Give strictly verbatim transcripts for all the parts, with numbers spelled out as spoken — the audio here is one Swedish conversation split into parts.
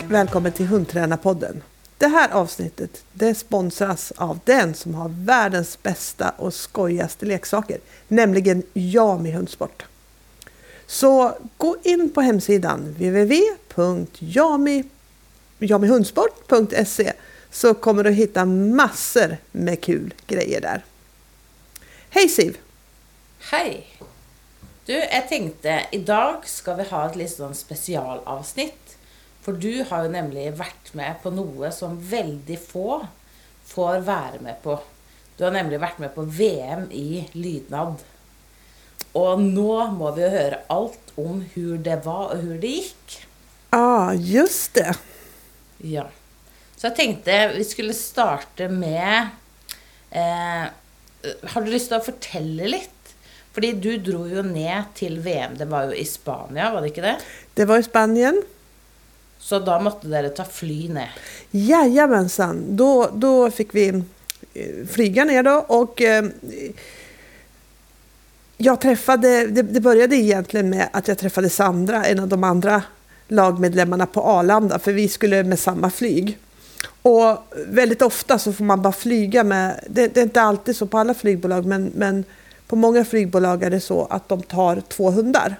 välkommen till Hundtränarpodden. Det här avsnittet det sponsras av den som har världens bästa och skojigaste leksaker, nämligen Jami Hundsport. Så gå in på hemsidan w w w punkt jami hundsport punkt se så kommer du hitta massor med kul grejer där. Hej Siv! Hej! Du, jag tänkte idag ska vi ha ett litet specialavsnitt. För du har ju nämligen varit med på något som väldigt få får vara med på. Du har nämligen varit med på V M i lydnad. Och nu må vi höra allt om hur det var och hur det gick. Ja, ah, just det. Ja. Så jag tänkte vi skulle starta med... Eh, har du lust att fortälla lite? För du drog ju ner till V M, det var ju i Spanien, var det inte det? Det var i Spanien. Så då måste dere ta fly ner? Jajamensan, då, då fick vi flyga ner då och eh, jag träffade, det, det började egentligen med att jag träffade Sandra, en av de andra lagmedlemmarna på Arlanda, för vi skulle med samma flyg. Och väldigt ofta så får man bara flyga med, det, det är inte alltid så på alla flygbolag, men, men på många flygbolag är det så att de tar två hundar.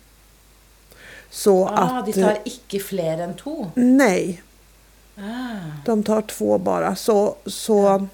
Så ah, att, de tar inte fler än två? Nej. Ah. De tar två bara. Så, så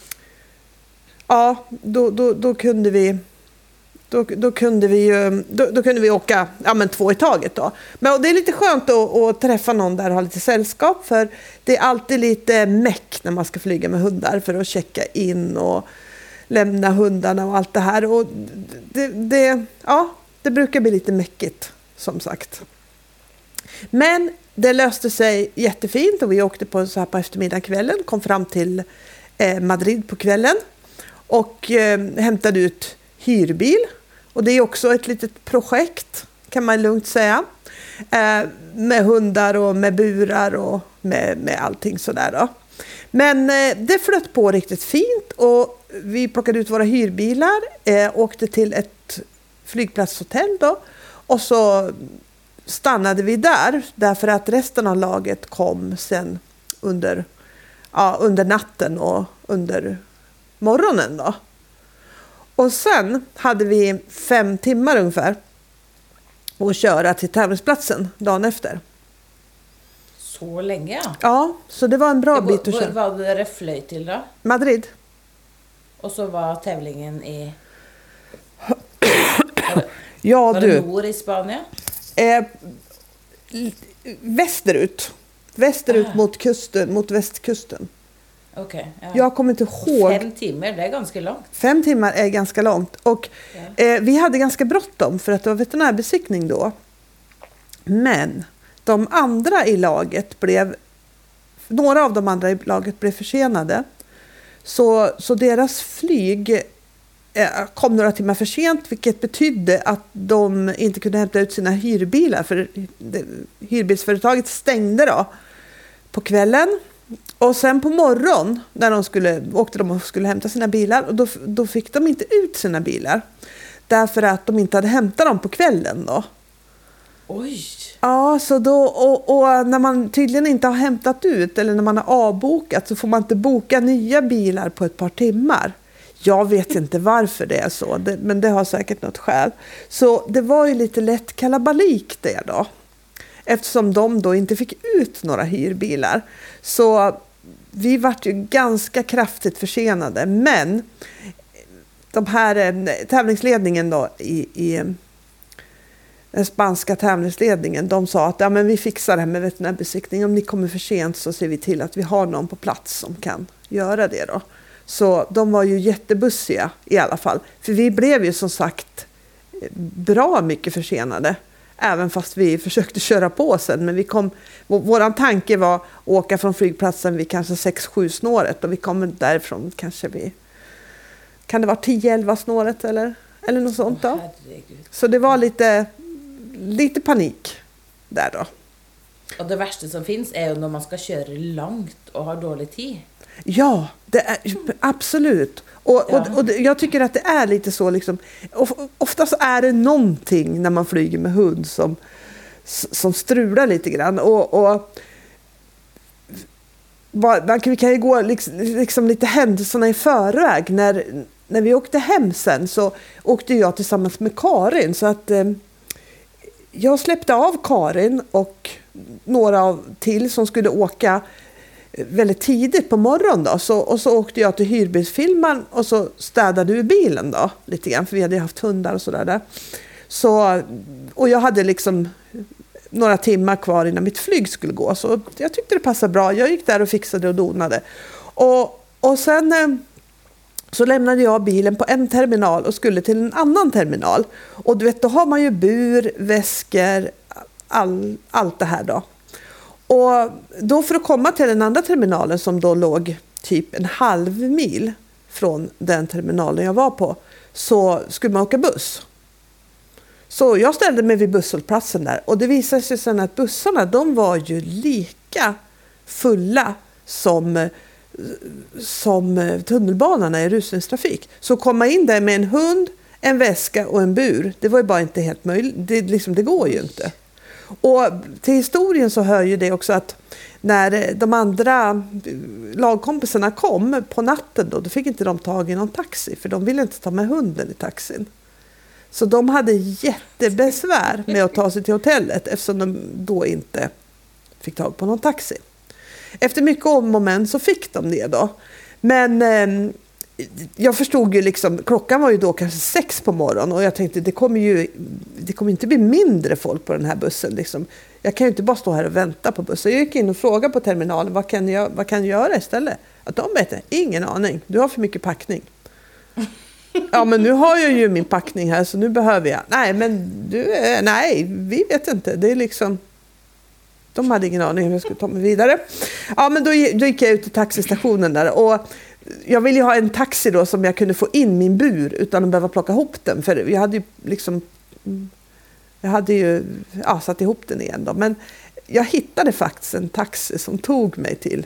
ja, då, då, då kunde vi då, då kunde vi ju då, då kunde vi åka ja, men två i taget då. Men det är lite skönt att, att träffa någon där och ha lite sällskap, för det är alltid lite meck när man ska flyga med hundar för att checka in och lämna hundarna och allt det här. Och det, det, ja, det brukar bli lite mäckigt, som sagt. Men det löste sig jättefint och vi åkte på så här på eftermiddagskvällen, kom fram till eh, Madrid på kvällen och eh, hämtade ut hyrbil. Och det är också ett litet projekt, kan man lugnt säga, eh, med hundar och med burar och med, med allting sådär då. Men eh, det flöt på riktigt fint och vi plockade ut våra hyrbilar, eh, åkte till ett flygplatshotell då och så stannade vi där därför att resten av laget kom sen under, ja, under natten och under morgonen då. Och sen hade vi fem timmar ungefär att köra till tävlingsplatsen dagen efter. Så länge? Ja, ja så det var en bra ja, bit att köra. Var var det flöj till då? Madrid. Och så var tävlingen i... ja, var du. det nord i Spanien? Eh, västerut. Västerut Aha. mot kusten, mot västkusten. Okay, ja. Jag kommer inte ihåg. Fem timmar, det är ganska långt. Fem timmar är ganska långt. Och ja. eh, vi hade ganska bråttom för att det var veterinärbesiktning då. Men de andra i laget blev, några av de andra i laget blev försenade. Så, så deras flyg eh, kom några timmar för sent, vilket betydde att de inte kunde hämta ut sina hyrbilar. För det, hyrbilsföretaget stängde då på kvällen. Och sen på morgon när de skulle, åkte de och skulle hämta sina bilar, och då, då fick de inte ut sina bilar. Därför att de inte hade hämtat dem på kvällen då. Oj! Ja, så då, och, och när man tydligen inte har hämtat ut eller när man har avbokat så får man inte boka nya bilar på ett par timmar. Jag vet inte varför det är så, det, men det har säkert något skäl. Så det var ju lite lätt kalabalik det då. Eftersom de då inte fick ut några hyrbilar. Så vi var ju ganska kraftigt försenade. Men de här tävlingsledningen då i, i den spanska tävlingsledningen, de sa att ja, men vi fixar det här med veterinärbesiktning. Om ni kommer för sent så ser vi till att vi har någon på plats som kan göra det då. Så de var ju jättebussiga i alla fall. För vi blev ju som sagt bra mycket försenade. Även fast vi försökte köra på sen. Men vi kom, våran tanke var att åka från flygplatsen vid kanske sex sju snåret. Och vi kom därifrån kanske vid, kan det vara tio elva snåret eller, eller något sånt då. Herregud. Så det var lite, lite panik där då. Och det värsta som finns är ju när man ska köra långt och har dålig tid. Ja, det är, absolut. Och, Ja. och, och jag tycker att det är lite så liksom, ofta så är det någonting när man flyger med hund som, som strular lite grann. Och, och vi kan ju gå liksom, liksom lite händelserna i förväg. När, när vi åkte hem sen så åkte jag tillsammans med Karin. Så att eh, jag släppte av Karin och några av till som skulle åka väldigt tidigt på morgonen då. Så, och så åkte jag till hyrbilsfilmen och så städade vi bilen då lite grann, för vi hade haft hundar och sådär där. Så, och jag hade liksom några timmar kvar innan mitt flyg skulle gå, så jag tyckte det passade bra. Jag gick där och fixade och donade. Och, och sen eh, så lämnade jag bilen på en terminal och skulle till en annan terminal. Och du vet, då har man ju bur, väskor, all, allt det här då. Och då för att komma till den andra terminalen som då låg typ en halv mil från den terminalen jag var på, så skulle man åka buss. Så jag ställde mig vid busshållplatsen där, och det visade sig sen att bussarna, de var ju lika fulla som, som tunnelbanorna i rusningstrafik. Så komma in där med en hund, en väska och en bur, det var ju bara inte helt möjligt. Det, liksom, det går ju inte. Och till historien så hör ju det också att när de andra lagkompisarna kom på natten då, då fick inte de tag i någon taxi, för de ville inte ta med hunden i taxin. Så de hade jättebesvär med att ta sig till hotellet eftersom de då inte fick tag på någon taxi. Efter mycket om och men så fick de det då. Men eh, jag förstod ju liksom, klockan var ju då kanske sex på morgonen och jag tänkte det kommer ju det kommer inte bli mindre folk på den här bussen liksom. Jag kan ju inte bara stå här och vänta på bussen. Jag gick in och frågade på terminalen, vad kan jag, vad kan jag göra istället? Att de vet, ingen aning, du har för mycket packning. Ja, men nu har jag ju min packning här så nu behöver jag. Nej, men du, nej, vi vet inte. Det är liksom, de hade ingen aning hur jag skulle ta mig vidare. Ja, men då, då gick jag ut till taxistationen där och jag ville ju ha en taxi då som jag kunde få in min bur utan att behöva plocka ihop den. För jag hade ju liksom, jag hade ju ja, satt ihop den igen då. Men jag hittade faktiskt en taxi som tog mig till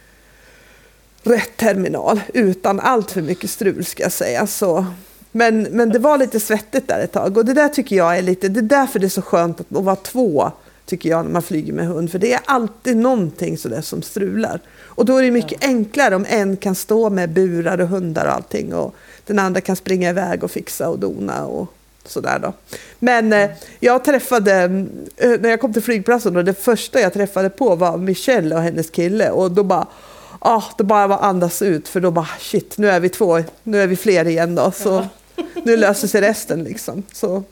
rätt terminal utan allt för mycket strul ska jag säga. Så, men, men det var lite svettigt där ett tag och det där tycker jag är lite, det är därför det är så skönt att, att vara två tycker jag när man flyger med hund, för det är alltid någonting sådär som strular. Och då är det mycket ja. enklare om en kan stå med burar och hundar och allting och den andra kan springa iväg och fixa och dona och sådär då. Men eh, jag träffade, eh, när jag kom till flygplatsen och det första jag träffade på var Michelle och hennes kille och då bara ah, det bara var andas ut för då bara shit, nu är vi två, nu är vi fler igen då så ja. Nu löser sig resten liksom. Så,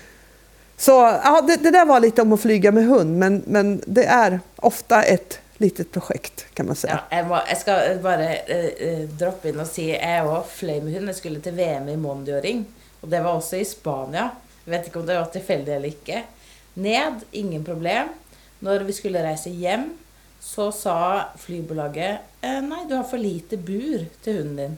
så ja, det, det där var lite om att flyga med hund men, men det är ofta ett litet projekt kan man säga. Ja, jag, må, jag ska bara eh, droppa in och säga jag och flög med hund, jag skulle till V M i Mondioring och det var också i Spanien. Jag vet inte om det var tillfälligt eller inte. Ned, ingen problem. När vi skulle resa hem så sa flygbolaget eh, nej, du har för lite bur till hunden din.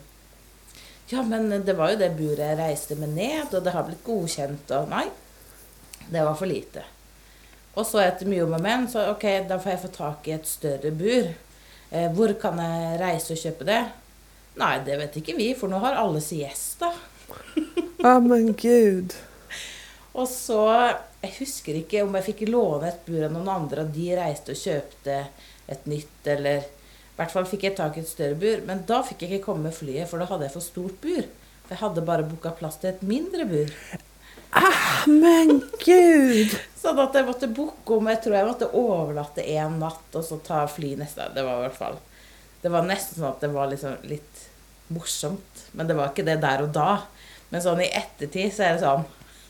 Ja, men det var ju det buret jag reste med ned och det har blivit godkänt och nej, det var för lite. Och så efter mycket om och men så okej, okay, då får jag få tag i ett större bur. Eh, var kan jag resa och köpa det? Nej, det vet inte vi, för nu har alla siesta. Ja, men gud. Och så, jag husker inte om jag fick låna ett bur av någon andra, de reste och köpte ett nytt, eller i hvert fall fick jag tag i ett större bur, men då fick jag inte komma med flyget för då hade jag för stort bur. För jag hade bara bokat plats till ett mindre bur. Ah, men gud! Så att jag måste boka om, jag tror jag måste övernatta en natt och så ta fly nästa. Det var i alla fall, det var nästan så att det var liksom lite morsomt, men det var inte det där och då. Men så i eftertid så är det så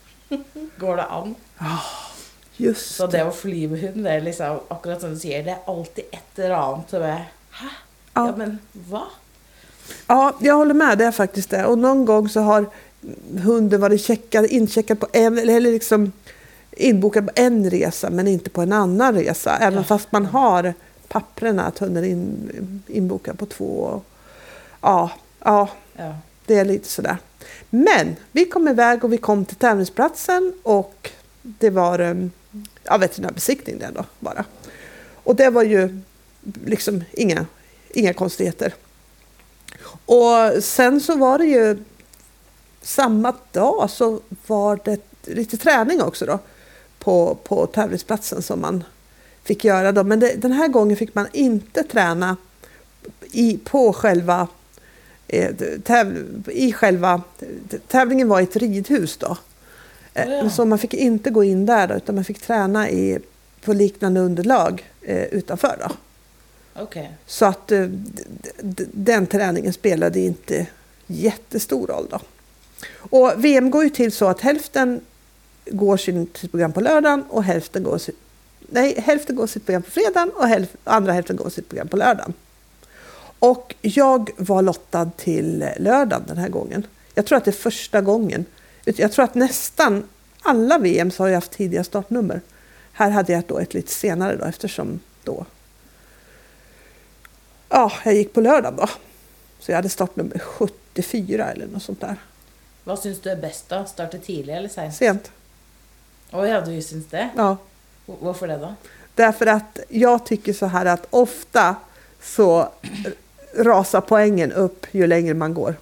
går det an. Oh, just så det att fly med hund, det är liksom akkurat som du säger, det är alltid ett eller annat som är, hä? Ja. ja men vad? Ja, jag håller med, det är faktiskt det. Och någon gång så har hunden varit checkad, incheckad på en, eller liksom inbokad på en resa men inte på en annan resa. Även ja. fast man har papperna att hunden är in, inbokad på två. Ja, ja, ja, det är lite sådär. Men vi kom iväg och vi kom till tävlingsplatsen och det var ja, veterinärbesiktning där då bara. Och det var ju liksom inga, inga konstigheter. Och sen så var det ju samma dag så var det lite träning också då på, på tävlingsplatsen som man fick göra då. Men det, den här gången fick man inte träna i, på själva, eh, täv, i själva tävlingen var i ett ridhus då. Eh, Oh ja. Så man fick inte gå in där då, utan man fick träna i, på liknande underlag eh, utanför då. Okej. Så att eh, d- d- den träningen spelade inte jättestor roll då. Och V M går ju till så att hälften går sin, sitt program på lördagen och hälften går sitt, nej, hälften går sitt program på fredagen och hälf, andra hälften går sitt program på lördagen. Och jag var lottad till lördagen den här gången. Jag tror att det är första gången. Jag tror att nästan alla V M så har jag haft tidiga startnummer. Här hade jag då ett lite senare då, eftersom då ja, jag gick på lördag då. Så jag hade startnummer sjuttiofyra eller något sånt där. Vad syns du är bäst då? Starta tidigt eller sent? Sent. Åh ja, du syns det? Ja. V- Varför det då? Därför att jag tycker så här att ofta så rasar poängen upp ju längre man går.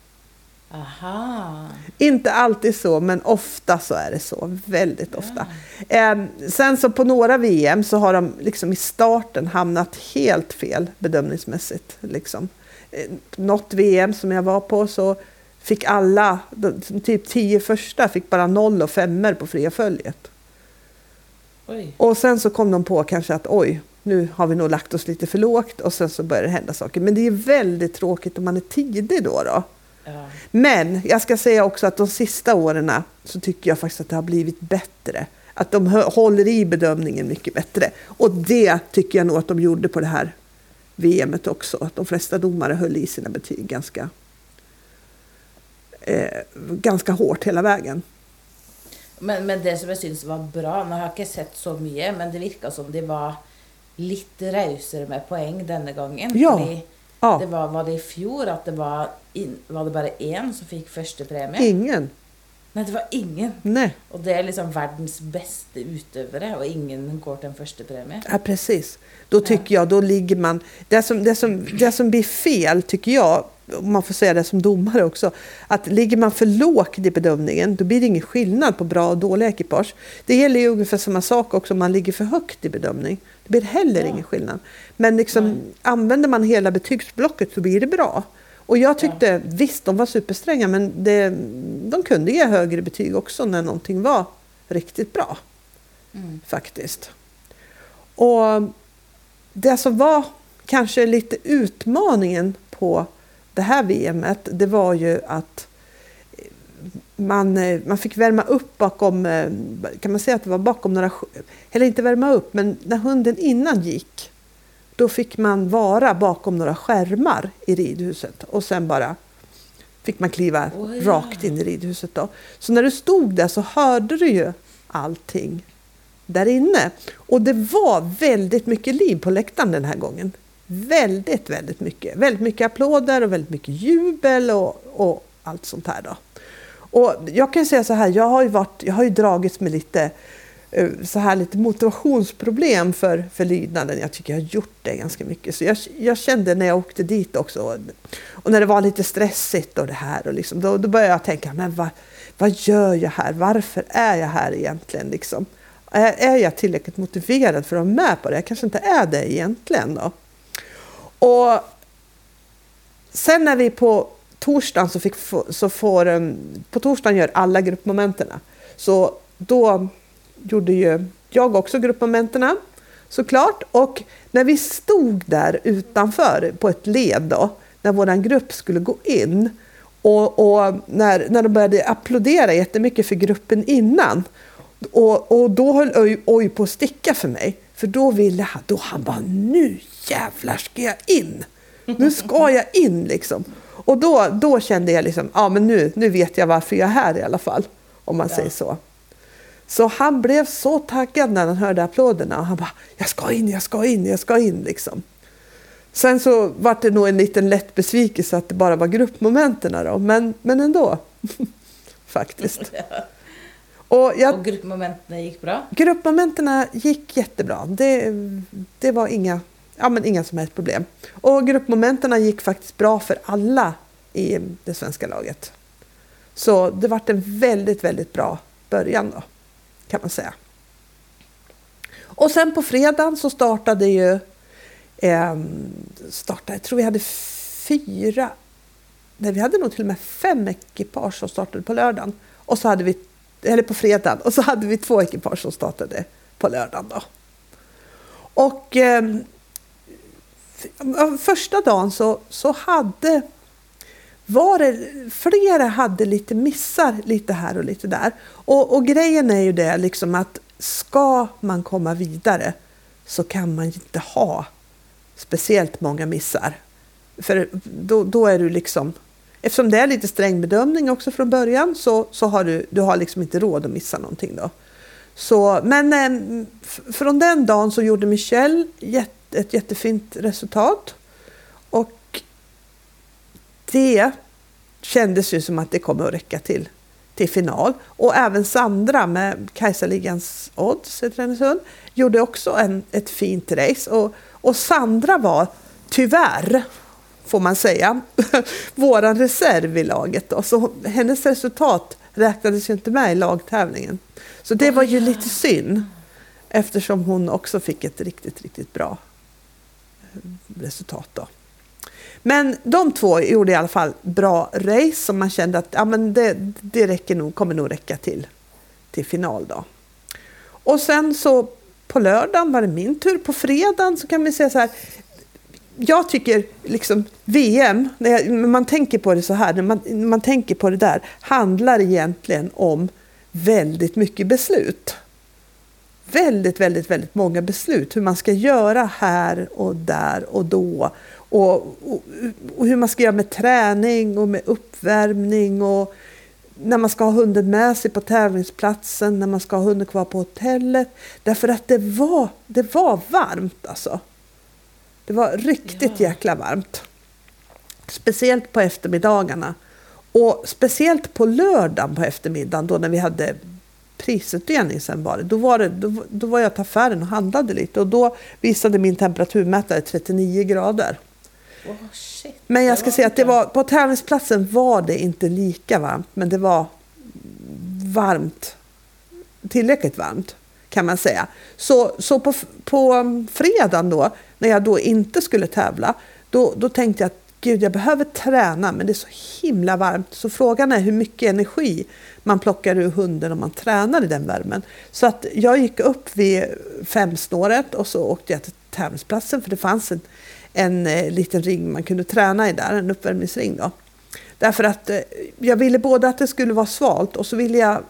Aha. Inte alltid så, men ofta så är det så. Väldigt ofta. Eh, sen så på några V M så har de liksom i starten hamnat helt fel bedömningsmässigt. Liksom. Eh, något V M som jag var på så fick alla, typ tio första fick bara noll och femmer på fria följet. Oj. Och sen så kom de på kanske att oj, nu har vi nog lagt oss lite för lågt och sen så börjar det hända saker. Men det är väldigt tråkigt om man är tidig då då. Ja. Men jag ska säga också att de sista åren så tycker jag faktiskt att det har blivit bättre. Att de håller i bedömningen mycket bättre. Och det tycker jag nog att de gjorde på det här V M:et också. Att de flesta domare höll i sina betyg ganska, eh, ganska hårt hela vägen. Men, men det som jag syns var bra, nu har jag inte sett så mycket, men det verkar som det var lite rausare med poäng denna gången. Ja. Fordi Ja, det var, var det i fjol att det var, in, var det bara en som fick första premie? ingen. Nej, det var ingen. Nej. Och det är liksom världens bästa utövare och ingen går till en första premie. Ja, precis. Då tycker jag, då ligger man... Det som, det, som, det som blir fel, tycker jag, om man får säga det som domare också, att ligger man för lågt i bedömningen, då blir det ingen skillnad på bra och dåliga ekipage. Det gäller ju ungefär samma sak också om man ligger för högt i bedömning. Det blir heller Ja. ingen skillnad. Men liksom, använder man hela betygsblocket så blir det bra. Och jag tyckte, ja. visst, de var superstränga, men det, de kunde ge högre betyg också när någonting var riktigt bra. Mm. Faktiskt. Och det som var kanske lite utmaningen på det här V M:et, det var ju att man, man fick värma upp bakom, kan man säga att det var bakom några, eller inte värma upp, men när hunden innan gick, då fick man vara bakom några skärmar i ridhuset och sen bara fick man kliva oh, ja. rakt in i ridhuset då. Så när du stod där så hörde du ju allting där inne. Och det var väldigt mycket liv på läktaren den här gången. Väldigt, väldigt mycket. Väldigt mycket applåder och väldigt mycket jubel och, och allt sånt här då. Och jag kan säga så här, jag har ju, varit, jag har ju dragits med lite så här lite motivationsproblem för, för lydnaden. Jag tycker jag har gjort det ganska mycket. Så jag, jag kände när jag åkte dit också, och när det var lite stressigt och det här, och liksom, då, då började jag tänka, men vad, vad gör jag här? Varför är jag här egentligen? Liksom? Är, är jag tillräckligt motiverad för att vara med på det? Jag kanske inte är det egentligen då. Och sen när vi på torsdagen så fick, så får, på torsdagen gör alla gruppmomenterna. Så då gjorde ju jag också gruppmomenterna såklart, och när vi stod där utanför på ett led då, när våran grupp skulle gå in och, och när, när de började applådera jättemycket för gruppen innan, och, och då höll oj, oj på att sticka för mig, för då ville han, då han bara, nu jävlar ska jag in, nu ska jag in liksom, och då, då kände jag liksom, ja men nu, nu vet jag varför jag är här i alla fall, om man ja. säger så. Så han blev så taggad när han hörde applåderna. Och han bara, jag ska in, jag ska in, jag ska in liksom. Sen så var det nog en liten lätt besvikelse att det bara var gruppmomenterna då. Men, men ändå. Faktiskt. Ja. Och, jag, och gruppmomenterna gick bra? Gruppmomenterna gick jättebra. Det, det var inga, ja, men inga som helst problem. Och gruppmomenterna gick faktiskt bra för alla i det svenska laget. Så det var en väldigt, väldigt bra början då, kan man säga. Och sen på fredagen så startade ju eh, startade. Jag tror vi hade fyra, nej vi hade nog till och med fem ekipage som startade på lördagen. Och så hade vi, eller på fredagen, och så hade vi två ekipage som startade på lördagen då. Och eh, första dagen så, så hade var det, flera hade lite missar lite här och lite där. Och, och grejen är ju det liksom att ska man komma vidare så kan man inte ha speciellt många missar. För då, då är du liksom, eftersom det är lite sträng bedömning också från början så, så har du, du har liksom inte råd att missa någonting då. Så, men eh, från den dagen så gjorde Michelle jätte, ett jättefint resultat. Och det kändes ju som att det kommer att räcka till, till final. Och även Sandra med Kajsaligans odds i Tränäsund gjorde också en, ett fint race. Och, och Sandra var tyvärr, får man säga, våran reserv i laget då. Så hennes resultat räknades ju inte med i lagtävlingen. Så det var ju lite synd eftersom hon också fick ett riktigt, riktigt bra resultat då. Men de två gjorde i alla fall bra race som man kände att ja, men det, det räcker nog, kommer nog räcka till, till final då. Och sen så på lördagen var det min tur. På fredagen så kan vi säga så här. Jag tycker liksom V M, när jag, man tänker på det så här, när man, när man tänker på det där, handlar egentligen om väldigt mycket beslut. Väldigt, väldigt, väldigt många beslut. Hur man ska göra här och där och då. Och, och, och hur man ska göra med träning och med uppvärmning. Och när man ska ha hunden med sig på tävlingsplatsen. När man ska ha hunden kvar på hotellet. Därför att det var, det var varmt alltså. Det var riktigt ja. jäkla varmt. Speciellt på eftermiddagarna. Och speciellt på lördagen på eftermiddagen då när vi hade prisutdelning sen var det. Då var, det, då, då var jag till affären och handlade lite. Och då visade min temperaturmätare trettionio grader. Oh, shit. Men jag ska säga att det var, på tävlingsplatsen var det inte lika varmt. Men det var varmt. Tillräckligt varmt kan man säga. Så, så på, på fredagen då, när jag då inte skulle tävla, då, då tänkte jag att gud, jag behöver träna, men det är så himla varmt. Så frågan är hur mycket energi man plockar ur hunden om man tränar i den värmen. Så att jag gick upp vid femsnåret och så åkte jag till tävlingsplatsen, för det fanns en, en eh, liten ring man kunde träna i där, en uppvärmningsring då. Därför att eh, jag ville både att det skulle vara svalt och så ville jag,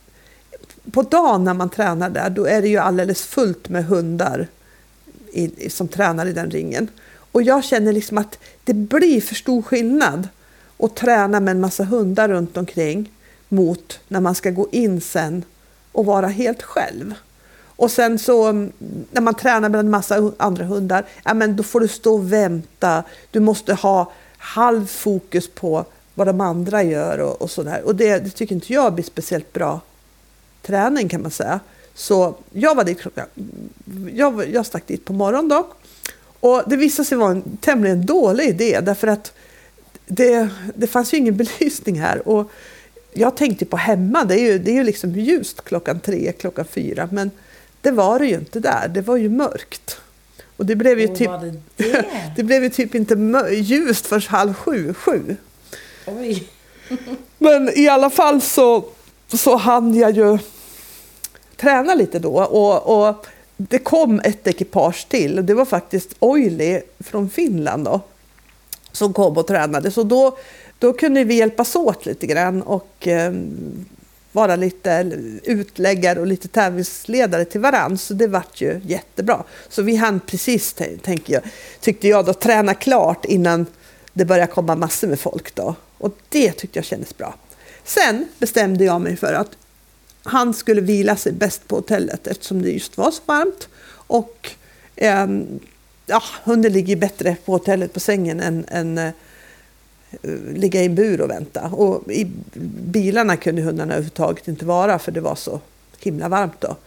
på dagen när man tränar där, då är det ju alldeles fullt med hundar i, som tränar i den ringen. Och jag känner liksom att det blir för stor skillnad att träna med en massa hundar runt omkring mot när man ska gå in sen och vara helt själv. Och sen så när man tränar med en massa andra hundar, ja men då får du stå och vänta. Du måste ha halv fokus på vad de andra gör och, och sådär. Och det, det tycker inte jag blir speciellt bra träning kan man säga. Så jag var dit klockan, jag, jag stack dit på morgonen då. Och det visade sig vara en tämligen dålig idé därför att det, det fanns ju ingen belysning här. Och jag tänkte på hemma, det är ju, det är ju liksom ljust klockan tre, klockan fyra. Men det var det ju inte där, det var ju mörkt. Och det blev ju oh, typ, det, det? det blev ju typ inte ljust förrän halv sju, sju. Oj. Men i alla fall så, så hann jag ju träna lite då och... och det kom ett ekipage till och det var faktiskt Oily från Finland då, som kom och tränade. Så då, då kunde vi hjälpas åt lite grann och eh, vara lite utläggare och lite tävlingsledare till varann. Så det var ju jättebra. Så vi hann precis, tänker jag, tyckte jag då, träna klart innan det började komma massor med folk då. Och det tyckte jag kändes bra. Sen bestämde jag mig för att han skulle vila sig bäst på hotellet eftersom det just var så varmt. Och eh, ja, hunden ligger bättre på hotellet på sängen än, än äh, ligga i en bur och vänta. Och i bilarna kunde hundarna överhuvudtaget inte vara för det var så himla varmt då.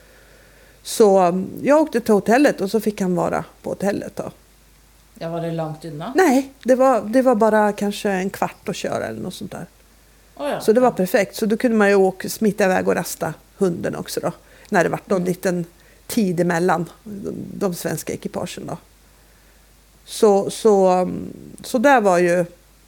Så jag åkte till hotellet och så fick han vara på hotellet då. Ja, var det långt undan? Nej, det var, det var bara kanske en kvart att köra eller något sånt där. Oh ja. Så det var perfekt. Så då kunde man ju åka, smita iväg och rasta hunden också då. När det var någon mm. liten tid emellan de, de svenska ekipagen då. Så, så, så där var ju...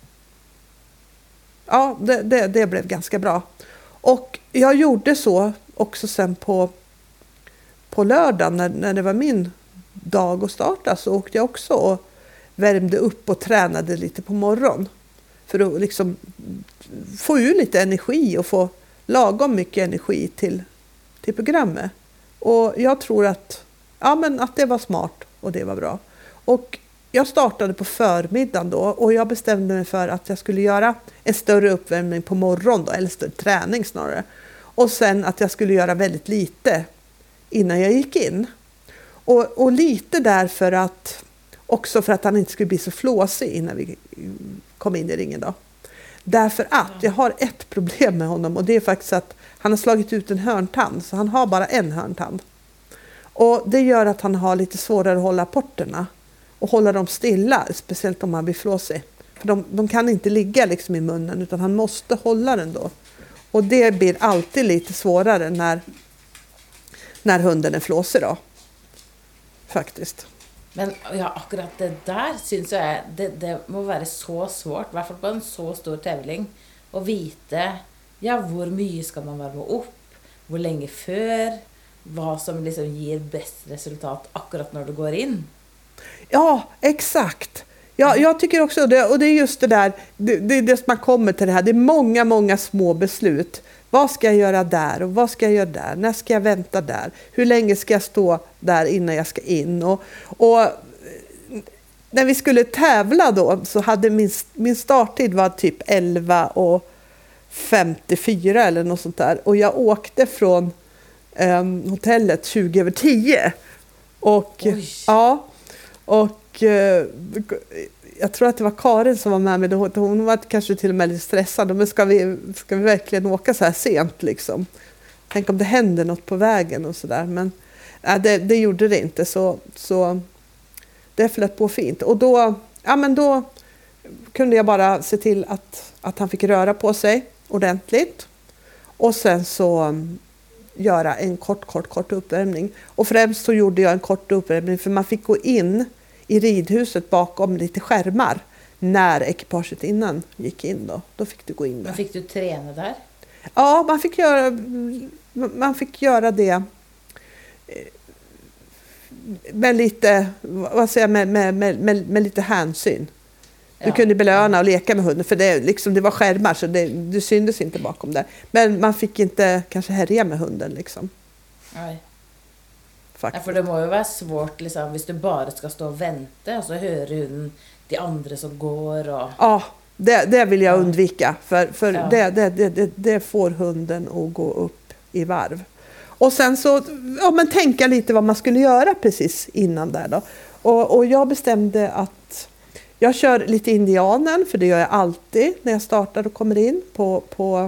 Ja, det, det, det blev ganska bra. Och jag gjorde så också sen på, på lördagen när, när det var min dag att starta, så åkte jag också och värmde upp och tränade lite på morgon. För att liksom få ut lite energi och få lagom mycket energi till, till programmet. Och jag tror att, ja, men att det var smart och det var bra. Och jag startade på förmiddagen då, och jag bestämde mig för att jag skulle göra en större uppvärmning på morgon då, eller större träning snarare. Och sen att jag skulle göra väldigt lite innan jag gick in. Och, och lite därför att, också för att han inte skulle bli så flåsig innan vi kom in i ringen då. Därför att jag har ett problem med honom, och det är faktiskt att han har slagit ut en hörntand, så han har bara en hörntand. Och det gör att han har lite svårare att hålla porterna och hålla dem stilla, speciellt om han blir flåsig. För de, de kan inte ligga liksom i munnen, utan han måste hålla den då. Och det blir alltid lite svårare när, när hunden är flåsig då. Faktiskt. Men ja, akkurat det där syns jag, det, det må vara så svårt, i alla fall på en så stor tävling, att veta, ja, hur mycket ska man värma upp, hur länge för, vad som liksom ger bäst resultat akkurat när du går in. Ja, exakt. Ja, jag tycker också det, och det är just det där, det, det är det som man kommer till det här, det är många, många små beslut. Vad ska jag göra där och vad ska jag göra där? När ska jag vänta där? Hur länge ska jag stå där innan jag ska in? Och, och när vi skulle tävla då, så hade min, min starttid var typ elva och femtiofyra eller något sånt där. Och jag åkte från um, hotellet tjugo över tio. Och Oj. ja, och uh, jag tror att det var Karin som var med mig. Hon var kanske till och med lite stressad. Men ska vi, ska vi verkligen åka så här sent liksom? Tänk om det händer något på vägen och sådär. Men äh, det, det gjorde det inte. Så, så det flöt på fint. Och då, ja, men då kunde jag bara se till att, att han fick röra på sig ordentligt. Och sen så um, göra en kort, kort, kort uppvärmning. Och främst så gjorde jag en kort uppvärmning. För man fick gå in i ridhuset bakom lite skärmar när ekipaget innan gick in då. Då fick du gå in där. Men fick du träna där? Ja, man fick göra, man fick göra det med lite, vad säger jag, med, med, med, med, med lite hänsyn. Du Ja. kunde belöna och leka med hunden, för det, liksom, det var skärmar, så det, du syndes inte bakom det. Men man fick inte kanske härja med hunden liksom. Nej. Ja, Faktiskt. för det må ju vara svårt liksom, om du bara ska stå och vänta och så hör hunden de andra som går och... Ja, det, det vill jag Ja. undvika. För, för Ja. det, det, det, det, det får hunden att gå upp i varv. Och sen så ja, men tänka lite vad man skulle göra precis innan där då. Och, och jag bestämde att jag kör lite indianen, för det gör jag alltid när jag startar och kommer in på... på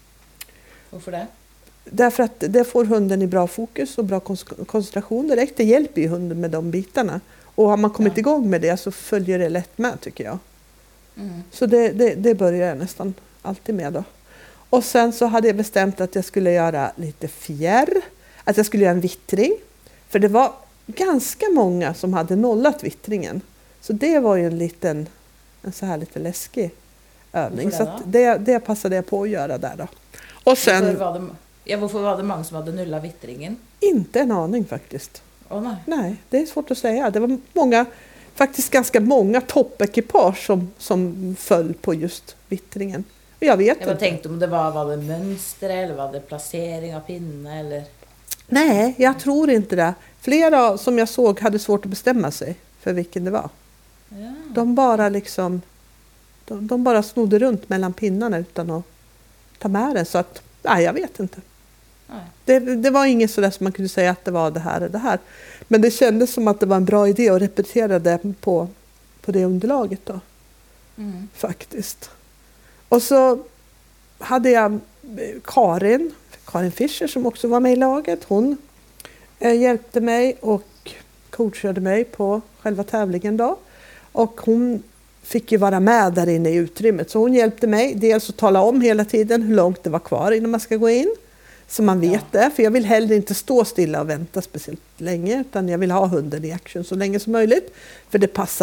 Varför det? Därför att det får hunden i bra fokus och bra koncentration direkt. Det hjälper ju hunden med de bitarna. Och har man kommit Ja. igång med det så följer det lätt med, tycker jag. Mm. Så det, det, det börjar jag nästan alltid med då. Och sen så hade jag bestämt att jag skulle göra lite fjärr. Att jag skulle göra en vittring. För det var ganska många som hade nollat vittringen. Så det var ju en liten, en så här lite läskig övning. Varför Så det att då? det, det passade jag på att göra där då. Och sen, Varför var det, ja, varför var det många som hade nullat vittringen? inte en aning faktiskt. Åh nej. Nej, det är svårt att säga. Det var många, faktiskt ganska många toppekipage som, som föll på just vittringen. Och jag vet Jag inte. bara tänkte om det var, var det mönster eller var det placering av pinne eller... Nej, jag tror inte det. Flera som jag såg hade svårt att bestämma sig för vilken det var. Ja. De bara liksom, de, de bara snodde runt mellan pinnarna utan att ta med den. Så att, nej, jag vet inte. Nej. Det, det var inget sådär som man kunde säga att det var det här eller det här. Men det kändes som att det var en bra idé att repetera det på, på det underlaget då. Mm. Faktiskt. Och så hade jag Karin, Karin Fischer som också var med i laget. Hon eh, hjälpte mig och coachade mig på själva tävlingen då. Och hon fick ju vara med där inne i utrymmet. Så hon hjälpte mig dels att tala om hela tiden hur långt det var kvar innan man ska gå in. Så man vet Ja. det. För jag vill heller inte stå stilla och vänta speciellt länge. Utan jag vill ha hunden i action så länge som möjligt. För det passar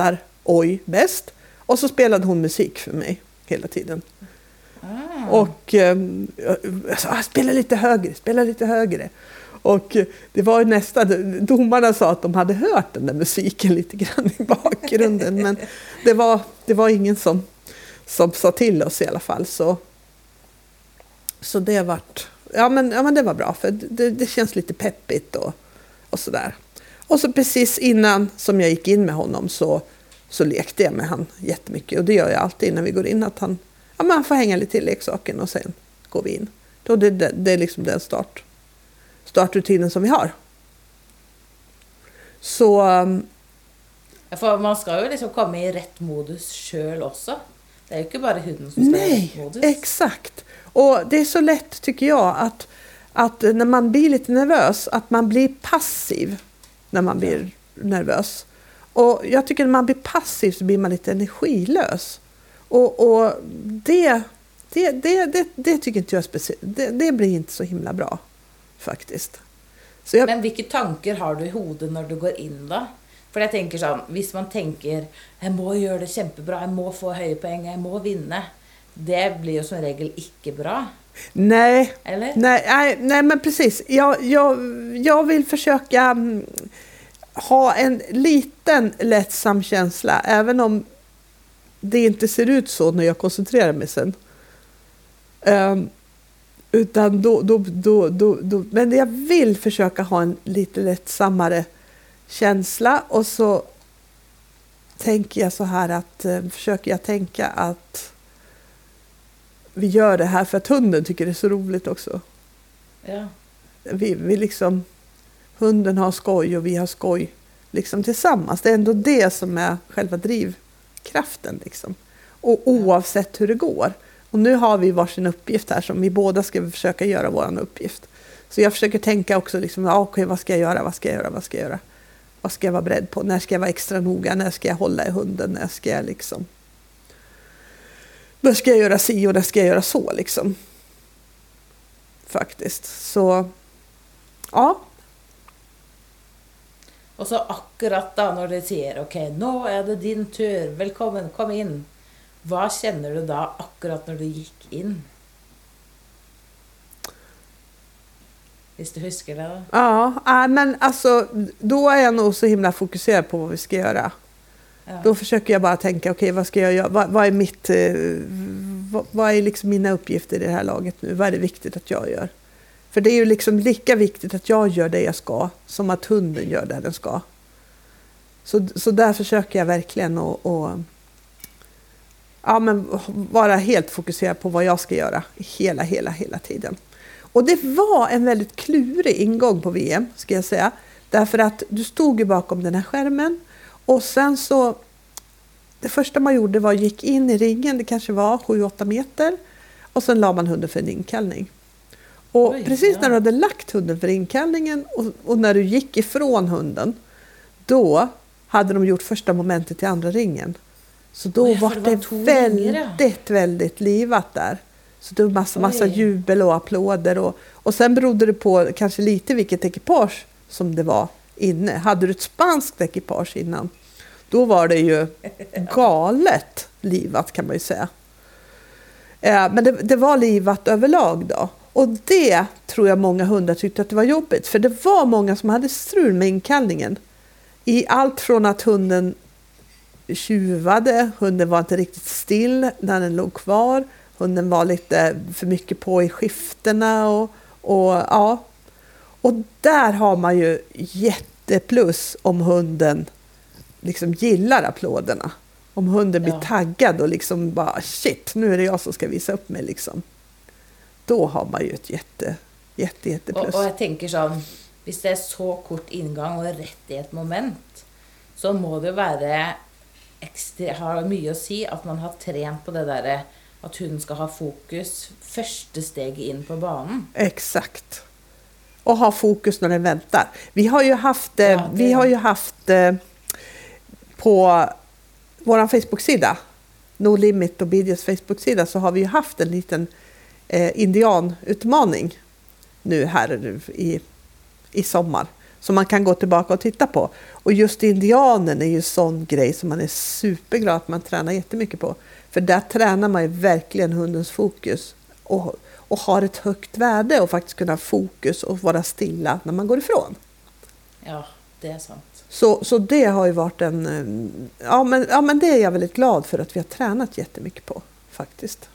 oj bäst. Och så spelade hon musik för mig hela tiden. Ah. Och eh, jag spela lite högre, spela lite högre. Och det var ju nästa, domarna sa att de hade hört den där musiken lite grann i bakgrunden. Men det var, det var ingen som, som sa till oss i alla fall. Så, så det, vart, ja, men, ja, men det var bra, för det, det känns lite peppigt och, och sådär. Och så precis innan som jag gick in med honom så, så lekte jag med han jättemycket. Och det gör jag alltid när vi går in, att han, ja, man får hänga lite till leksaken och sen går vi in. Då det, det, det är liksom den start. startrutinen som vi har. Så ja, för man ska ju liksom komma i rätt modus själv också. Det är ju inte bara hunden som ska nej, i rätt modus. Exakt. Och det är så lätt tycker jag att, att när man blir lite nervös, att man blir passiv när man blir ja. nervös. Och jag tycker när man blir passiv så blir man lite energilös. Och, och det, det, det, det, det tycker inte jag är speciellt. Det, det blir inte så himla bra. Faktiskt. Så jag... Men vilka tankar har du i huvudet när du går in då? För jag tänker så, hvis man tänker jag må göra det jättebra, jag må få höga poäng, jag må vinna. Det blir ju som regel inte bra. Nej. Eller? Nej, nej, nej men precis. Jag, jag, jag vill försöka ha en liten lättsam känsla, även om det inte ser ut så när jag koncentrerar mig sen. Um, Utan då, då, då, då, då, men jag vill försöka ha en lite lättsammare känsla. Och så tänker jag så här att, eh, försöker jag tänka att vi gör det här för att hunden tycker det är så roligt också. Ja. Vi, vi liksom, hunden har skoj och vi har skoj liksom tillsammans. Det är ändå det som är själva drivkraften liksom. Och oavsett hur det går. Och nu har vi varsin uppgift här som vi båda ska försöka göra våran uppgift. Så jag försöker tänka också liksom, ja, okej, vad ska jag göra, vad ska jag göra, vad ska jag göra? Vad ska jag vara beredd på? När ska jag vara extra noga? När ska jag hålla i hunden? När ska jag liksom... När ska jag göra si och när ska jag göra så liksom? Faktiskt. Så, ja. Och så akkurat då när du säger, okej, nu är det din tur, välkommen, kom in. Vad känner du då akkurat när du gick in? Visst du huskar det då? Ja, men alltså då är jag nog så himla fokuserad på vad vi ska göra. Ja. Då försöker jag bara tänka, okej, okay, vad ska jag göra? Vad, vad är mitt vad, vad är liksom mina uppgifter i det här laget nu? Vad är det viktigt att jag gör? För det är ju liksom lika viktigt att jag gör det jag ska som att hunden gör det den ska. Så, så där försöker jag verkligen att och, ja, men vara helt fokuserad på vad jag ska göra hela, hela, hela tiden. Och det var en väldigt klurig ingång på V M, ska jag säga. Därför att du stod ju bakom den här skärmen. Och sen så, det första man gjorde var att gick in i ringen, det kanske var sju åtta meter. Och sen la man hunden för en inkallning. Och Oj, precis ja. när du hade lagt hunden för inkallningen och, och när du gick ifrån hunden, då hade de gjort första momentet i andra ringen. Så då Oj, var det, det var väldigt, väldigt livat där. Så det var massa, massa jubel och applåder. Och, och sen berodde det på kanske lite vilket ekipage som det var inne. Hade du ett spanskt ekipage innan, då var det ju galet livat kan man ju säga. Eh, men det, det var livat överlag då. Och det tror jag många hundar tyckte att det var jobbigt. För det var många som hade strul med inkallningen. I allt från att hunden tjuvade, hunden var inte riktigt still när den låg kvar. Hunden var lite för mycket på i skiftena och, och ja. Och där har man ju jätteplus om hunden liksom gillar applåderna. Om hunden blir ja. taggad och liksom bara shit, nu är det jag som ska visa upp mig liksom. Då har man ju ett jätte, jätte, jätteplus. Och, och jag tänker så, om det är så kort ingång och rätt i ett moment, så må det vara extra, har mycket att säga att man har tränat på det där att hunden ska ha fokus första steget in på banan. Exakt. Och ha fokus när den väntar. Vi har ju haft, ja, det... vi har ju haft eh, på vår Facebook-sida, No Limit och Bidias Facebook-sida, så har vi ju haft en liten eh, indianutmaning nu här i, i sommar. som man kan gå tillbaka och titta på. Och just indianen är ju en sån grej som man är superglad att man tränar jättemycket på. För där tränar man ju verkligen hundens fokus och, och har ett högt värde och faktiskt kunna ha fokus och vara stilla när man går ifrån. Ja, det är sant. Så, så det har ju varit en... Ja men, ja men det är jag väldigt glad för att vi har tränat jättemycket på faktiskt.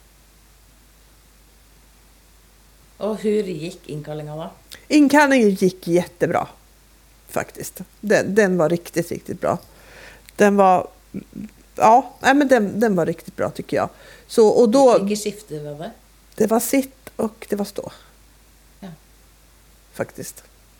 Och hur gick inkallningen då? Inkallningen gick jättebra faktiskt. Den, den var riktigt, riktigt bra. Den var... Ja, nej, men den, den var riktigt bra tycker jag. Så, och då, Vilket skifte var det? Det var sitt och det var stå. Ja. Faktiskt.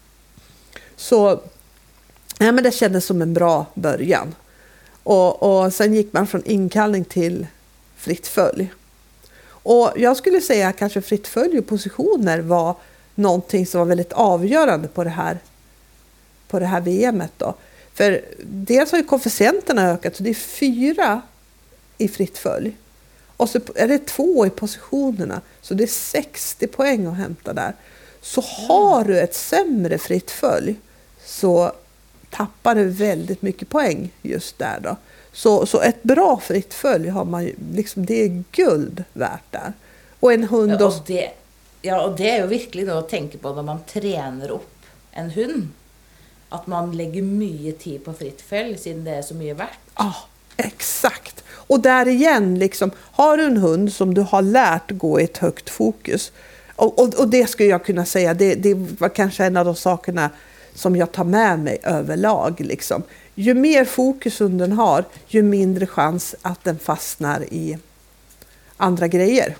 Så ja, men det kändes som en bra början. Och, och sen gick man från inkallning till fritt följ. Och jag skulle säga att kanske fritt följ och positioner var någonting som var väldigt avgörande på det här, på det här V M:et då. För dels har ju koefficienterna ökat så det är fyra i fritt följ. Och så är det två i positionerna så det är sextio poäng att hämta där. Så har du ett sämre fritt följ så tappar du väldigt mycket poäng just där då. Så, så ett bra fritt följ har man ju, liksom, det är guld värt där. Och en hund... Ja, och och det, ja, och det är ju verkligen något att tänka på när man tränar upp en hund. Att man lägger mycket tid på fritt följ sedan det är så mycket värt. Ja, exakt. Och där igen, liksom, har du en hund som du har lärt gå i ett högt fokus. Och, och, och det skulle jag kunna säga, det, det var kanske en av de sakerna som jag tar med mig överlag. Liksom. Ju mer fokus hunden har, ju mindre chans att den fastnar i andra grejer.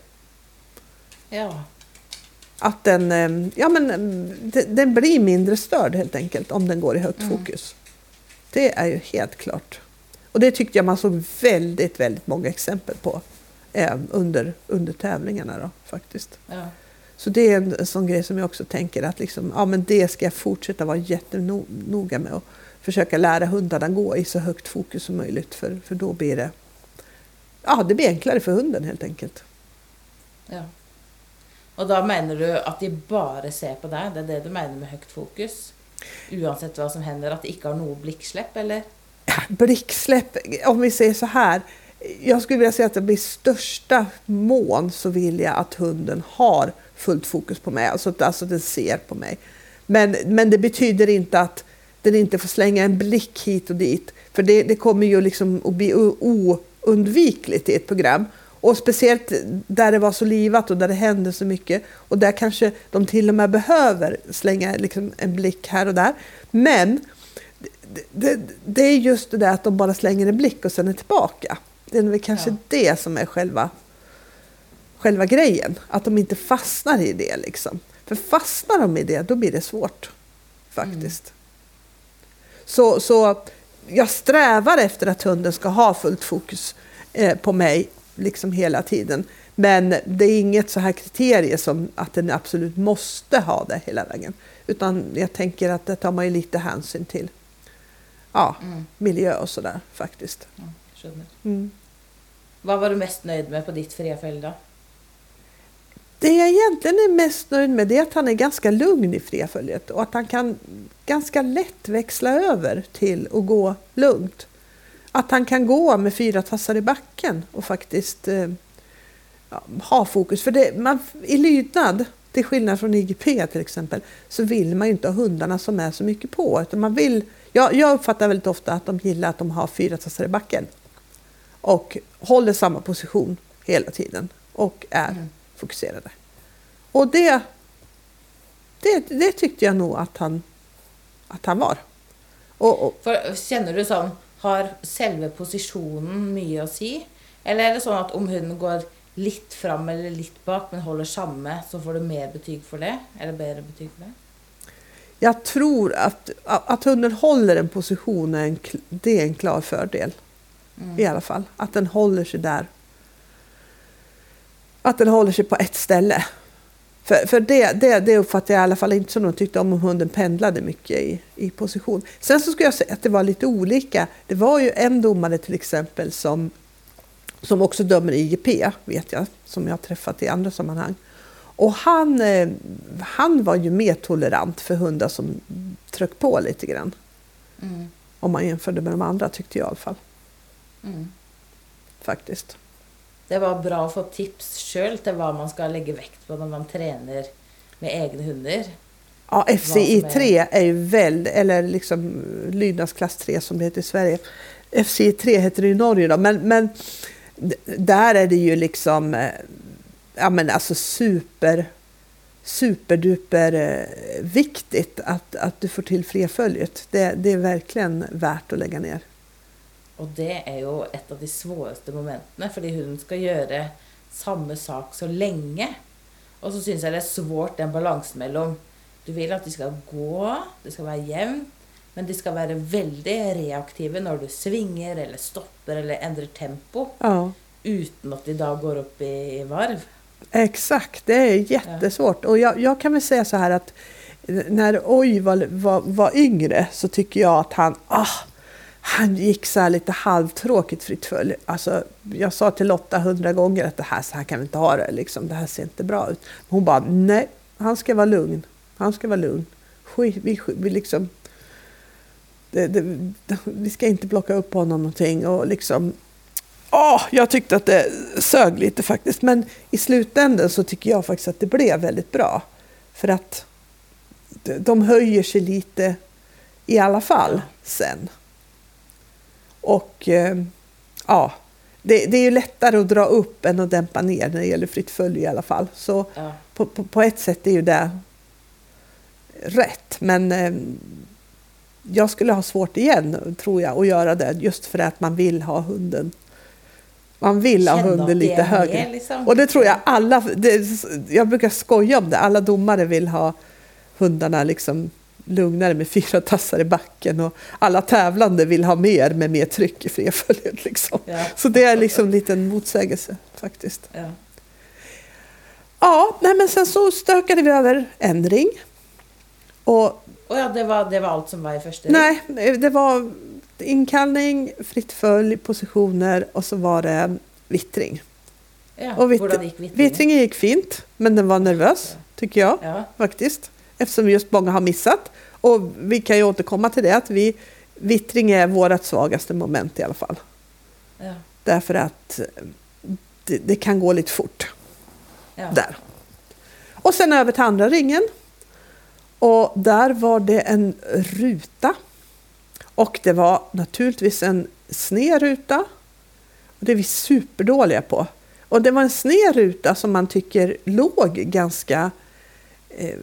Ja. Att den, ja men, den blir mindre störd helt enkelt om den går i högt Mm. fokus. Det är ju helt klart. Och det tyckte jag man såg väldigt, väldigt många exempel på eh, under, under tävlingarna då, faktiskt. Ja. Så det är en, en sån grej som jag också tänker att liksom, ja, men det ska jag fortsätta vara jättenoga med och försöka lära hundarna gå i så högt fokus som möjligt för, för då blir det, ja, det blir enklare för hunden helt enkelt. Ja. Och då menar du att de bara ser på dig? Det är det du menar med högt fokus? Oavsett vad som händer, att det inte har något blicksläpp eller? Blicksläpp, om vi säger så här, jag skulle vilja säga att det blir största mån så vill jag att hunden har fullt fokus på mig, alltså att alltså den ser på mig. Men, men det betyder inte att den inte får slänga en blick hit och dit, för det, det kommer ju liksom att bli oundvikligt i ett program. Och speciellt där det var så livat och där det hände så mycket. Och där kanske de till och med behöver slänga liksom en blick här och där. Men det, det, det är just det där att de bara slänger en blick och sen är tillbaka. Det är väl kanske ja. det som är själva, själva grejen. Att de inte fastnar i det liksom. För fastnar de i det, då blir det svårt. Faktiskt. Mm. Så, så jag strävar efter att hunden ska ha fullt fokus eh, på mig. Liksom hela tiden. Men det är inget så här kriterie som att den absolut måste ha det hela vägen. Utan jag tänker att det tar man ju lite hänsyn till. Ja, mm. miljö och sådär faktiskt. Ja, skjønner. Mm. Vad var du mest nöjd med på ditt fria följ då? Det jag egentligen är mest nöjd med det är att han är ganska lugn i fria följet. Och att han kan ganska lätt växla över till att gå lugnt. Att han kan gå med fyra tassar i backen och faktiskt eh, ja, ha fokus. För det, man, i lydnad, till skillnad från I G P till exempel, så vill man ju inte ha hundarna som är så mycket på. Utan man vill, jag, jag uppfattar väldigt ofta att de gillar att de har fyra tassar i backen. Och håller samma position hela tiden. Och är mm. fokuserade. Och det, det, det tyckte jag nog att han, att han var. Och, och, För, känner du som... Har selve positionen mye å si? Eller er det sånn at om hunden går litt fram eller litt bak, men håller samme, så får du mer betyg for det? Eller bedre betyg for det? Jag tror att, att hunden håller en position, är en, det är en klar fördel. Mm. I alla fall. Att den håller sig där. Att den håller sig på ett ställe. För, för det, det, det uppfattar jag i alla fall inte som de tyckte om om hunden pendlade mycket i, i position. Sen så skulle jag säga att det var lite olika. Det var ju en domare till exempel som, som också dömer I G P, vet jag, som jag har träffat i andra sammanhang. Och han, eh, han var ju mer tolerant för hundar som tryck på lite grann. Mm. Om man jämförde med de andra, tyckte jag i alla fall. Mm. Faktiskt. Det var bra att få tips själv till vad man ska lägga vikt på när man tränar med egna hundar. Ja, F C I tre är ju väl, eller liksom lydnadsklass tre som det heter i Sverige. F C I tre heter det i Norge då, men, men där är det ju liksom, ja men alltså super, superduper eh, viktigt att, att du får till flerföljet. Det, det är verkligen värt att lägga ner. Och det är ju ett av de svåraste momenten, för hunden ska göra samma sak så länge. Och så syns jag det är svårt den balans mellan, du vill att de ska gå, det ska vara jämnt, men de ska vara väldigt reaktiva när du svingar eller stoppar eller ändrar tempo. Ja. Utan att de då går upp i varv. Exakt, det är jättesvårt. Ja. Och jag, jag kan väl säga så här att när Oj var, var, var yngre så tycker jag att han, ah, han gick så här lite halvtråkigt fritt följ. Alltså, jag sa till Lotta hundra gånger att det här, så här kan vi inte ha det. Liksom, det här ser inte bra ut. Hon bara, nej, han ska vara lugn. Han ska vara lugn. Vi, vi, vi, liksom, det, det, vi ska inte plocka upp honom någonting. Och liksom, åh, jag tyckte att det sög lite faktiskt. Men i slutändan så tycker jag faktiskt att det blev väldigt bra. För att de höjer sig lite i alla fall sen. Och eh, ja, det, det är ju lättare att dra upp än att dämpa ner när det gäller fritt följ i alla fall. Så Ja. på, på, på ett sätt är ju det rätt. Men eh, jag skulle ha svårt igen, tror jag, att göra det. Just för att man vill ha hunden. Man vill ha Känna hunden lite det högre. med, liksom. Och det tror jag alla, det, jag brukar skoja om det. Alla domare vill ha hundarna liksom lugnare med fyra tassar i backen, och alla tävlande vill ha mer med mer tryck i flerföljet liksom. Ja. Så det är liksom en liten motsägelse faktiskt. Ja. Ja, nej, men sen så stökade vi över en ring. Och Och ja, det var, det var allt som var i första nej, det var inkallning, fritt följ, positioner och så var det vittring. Ja, Och vitt, hur gick vittringen? vittringen gick fint, men den var nervös, Ja. tycker jag Ja. faktiskt. Eftersom just många har missat. Och vi kan ju återkomma till det, att vi, vittring är vårt svagaste moment i alla fall. Ja. Därför att det, det kan gå lite fort. Ja. Där. Och sen över till andra ringen. Och där var det en ruta. Och det var naturligtvis en sned ruta. Och det är vi superdåliga på. Och det var en sned ruta som man tycker låg ganska eh,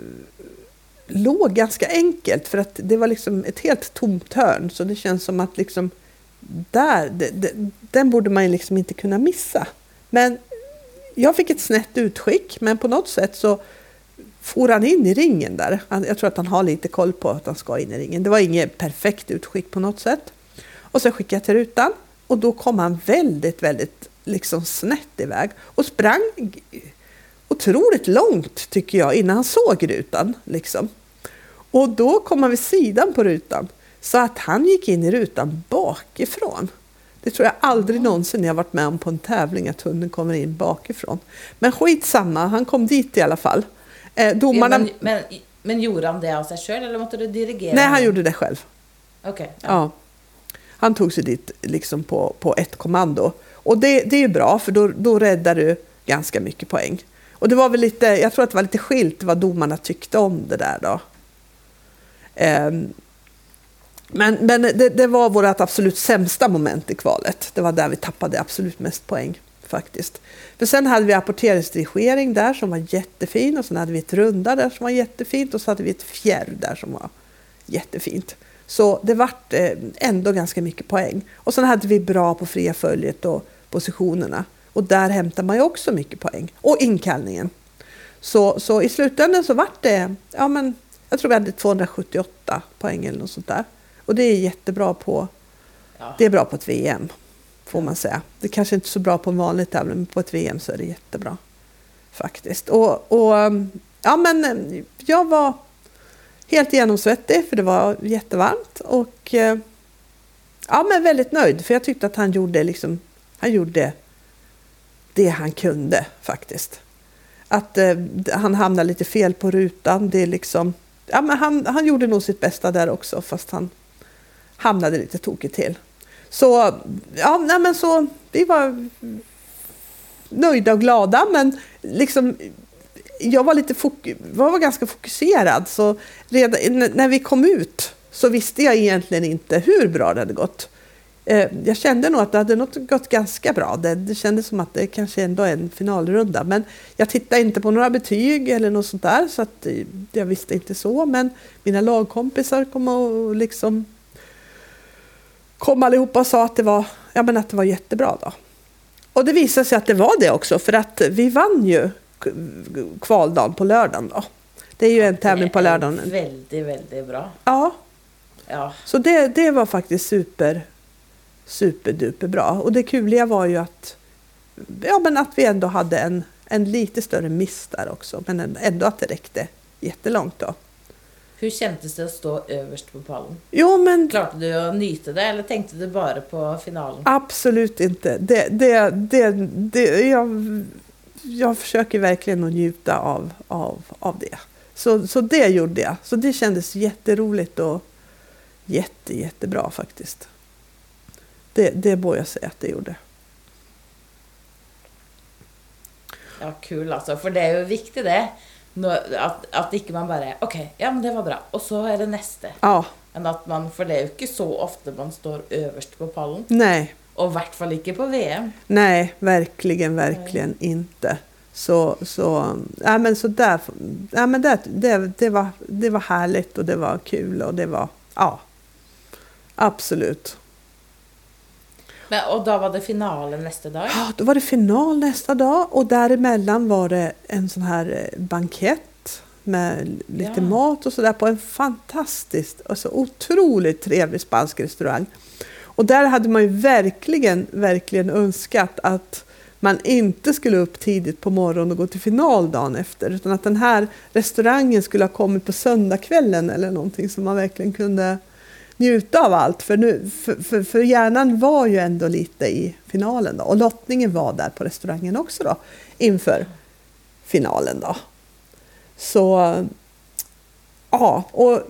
låg ganska enkelt. För att det var liksom ett helt tomt hörn. Så det känns som att liksom där, det, det, den borde man ju liksom inte kunna missa. Men jag fick ett snett utskick, men på något sätt så får han in i ringen där. Jag tror att han har lite koll på att han ska in i ringen. Det var inget perfekt utskick på något sätt. Och så skickade jag till rutan, och då kom han väldigt, väldigt liksom snett iväg och sprang otroligt långt, tycker jag, innan han såg rutan liksom. Och då kom han vid sidan på rutan, så att han gick in i rutan bakifrån. Det tror jag aldrig någonsin jag varit med om på en tävling, att hunden kommer in bakifrån. Men skitsamma, han kom dit i alla fall. Eh, domarna... Ja, men, men, men gjorde han det av sig själv, eller måste du dirigera? Nej, han gjorde det själv. Okej. Okay, ja. Ja. Han tog sig dit liksom på, på ett kommando. Och det, det är ju bra, för då, då räddar du ganska mycket poäng. Och det var väl lite, jag tror att det var lite skilt vad domarna tyckte om det där då. Um, men men det, det var vårt absolut sämsta moment i kvalet. Det var där vi tappade absolut mest poäng faktiskt. För sen hade vi apporteringsdirigering där som var jättefin, och sen hade vi ett runda där som var jättefint, och så hade vi ett fjärr där som var jättefint. Så det vart eh, ändå ganska mycket poäng. Och sen hade vi bra på fria följet och positionerna. Och där hämtar man ju också mycket poäng. Och inkallningen. Så, så i slutändan så vart det, ja men, jag tror vi hade tvåhundrasjuttioåtta poäng eller något sånt där. Och det är jättebra på, Ja. det är bra på ett V M, får man säga. Det är kanske inte så bra på en vanlig tävling, men på ett V M så är det jättebra. Faktiskt. Och, och ja men, jag var helt genomsvettig, för det var jättevarmt. Och ja, men väldigt nöjd, för jag tyckte att han gjorde liksom, han gjorde det han kunde faktiskt. att eh, han hamnade lite fel på rutan. Det är liksom, ja, men han, han gjorde nog sitt bästa där också, fast han hamnade lite tokigt till. Så, ja, nej, men så vi var nöjda och glada, men liksom jag var lite fok- var ganska fokuserad, så redan när vi kom ut så visste jag egentligen inte hur bra det hade gått. Eh, jag kände nog att det hade något gått ganska bra. Det, det kändes som att det kanske ändå är en finalrunda, men jag tittade inte på några betyg eller något sånt där, så att jag visste inte så, men mina lagkompisar kom och liksom kom allihopa och sa att det var, ja, men att det var jättebra då. Och det visade sig att det var det också, för att vi vann ju kvaldagen på lördagen då. Det är ju en tävling på lördagen. Väldigt, väldigt bra. Ja. Ja. Så det, det var faktiskt super, superduper bra. Och det kuliga var ju att, ja, men att vi ändå hade en, en lite större miss där också. Men ändå att det räckte jättelångt då. Hur kändes det att stå överst på pallen? Jo, men klarte du att nyta det, eller tänkte du bara på finalen? Absolut inte. Det, det, det, det, jag, jag försöker verkligen att njuta av, av, av det. Så, så det gjorde jag. Så det kändes jätteroligt och jätte, jättebra faktiskt. Det, det borde jag säga att det gjorde. Ja, kul alltså. För det är ju viktigt det. Att, att inte man bara, okej, okay, ja men det var bra. Och så är det nästa. Ja. Men att man, för det är ju inte så ofta man står överst på pallen. Nej. Och i vart fall inte på V M. Nej, verkligen, verkligen Nej. inte. Så, så, ja, men så där, ja, men det, det, det, var, det var härligt och det var kul och det var, ja, absolut. Men, och då var det finalen nästa dag? Ja, då var det final nästa dag och däremellan var det en sån här bankett med lite ja. mat och sådär på en fantastiskt, alltså otroligt trevlig spansk restaurang. Och där hade man ju verkligen, verkligen önskat att man inte skulle upp tidigt på morgonen och gå till final dagen efter, utan att den här restaurangen skulle ha kommit på söndagskvällen eller någonting, så man verkligen kunde njuta av allt. För, nu, för, för, för hjärnan var ju ändå lite i finalen då. Och lottningen var där på restaurangen också då, inför finalen då. Så ja, och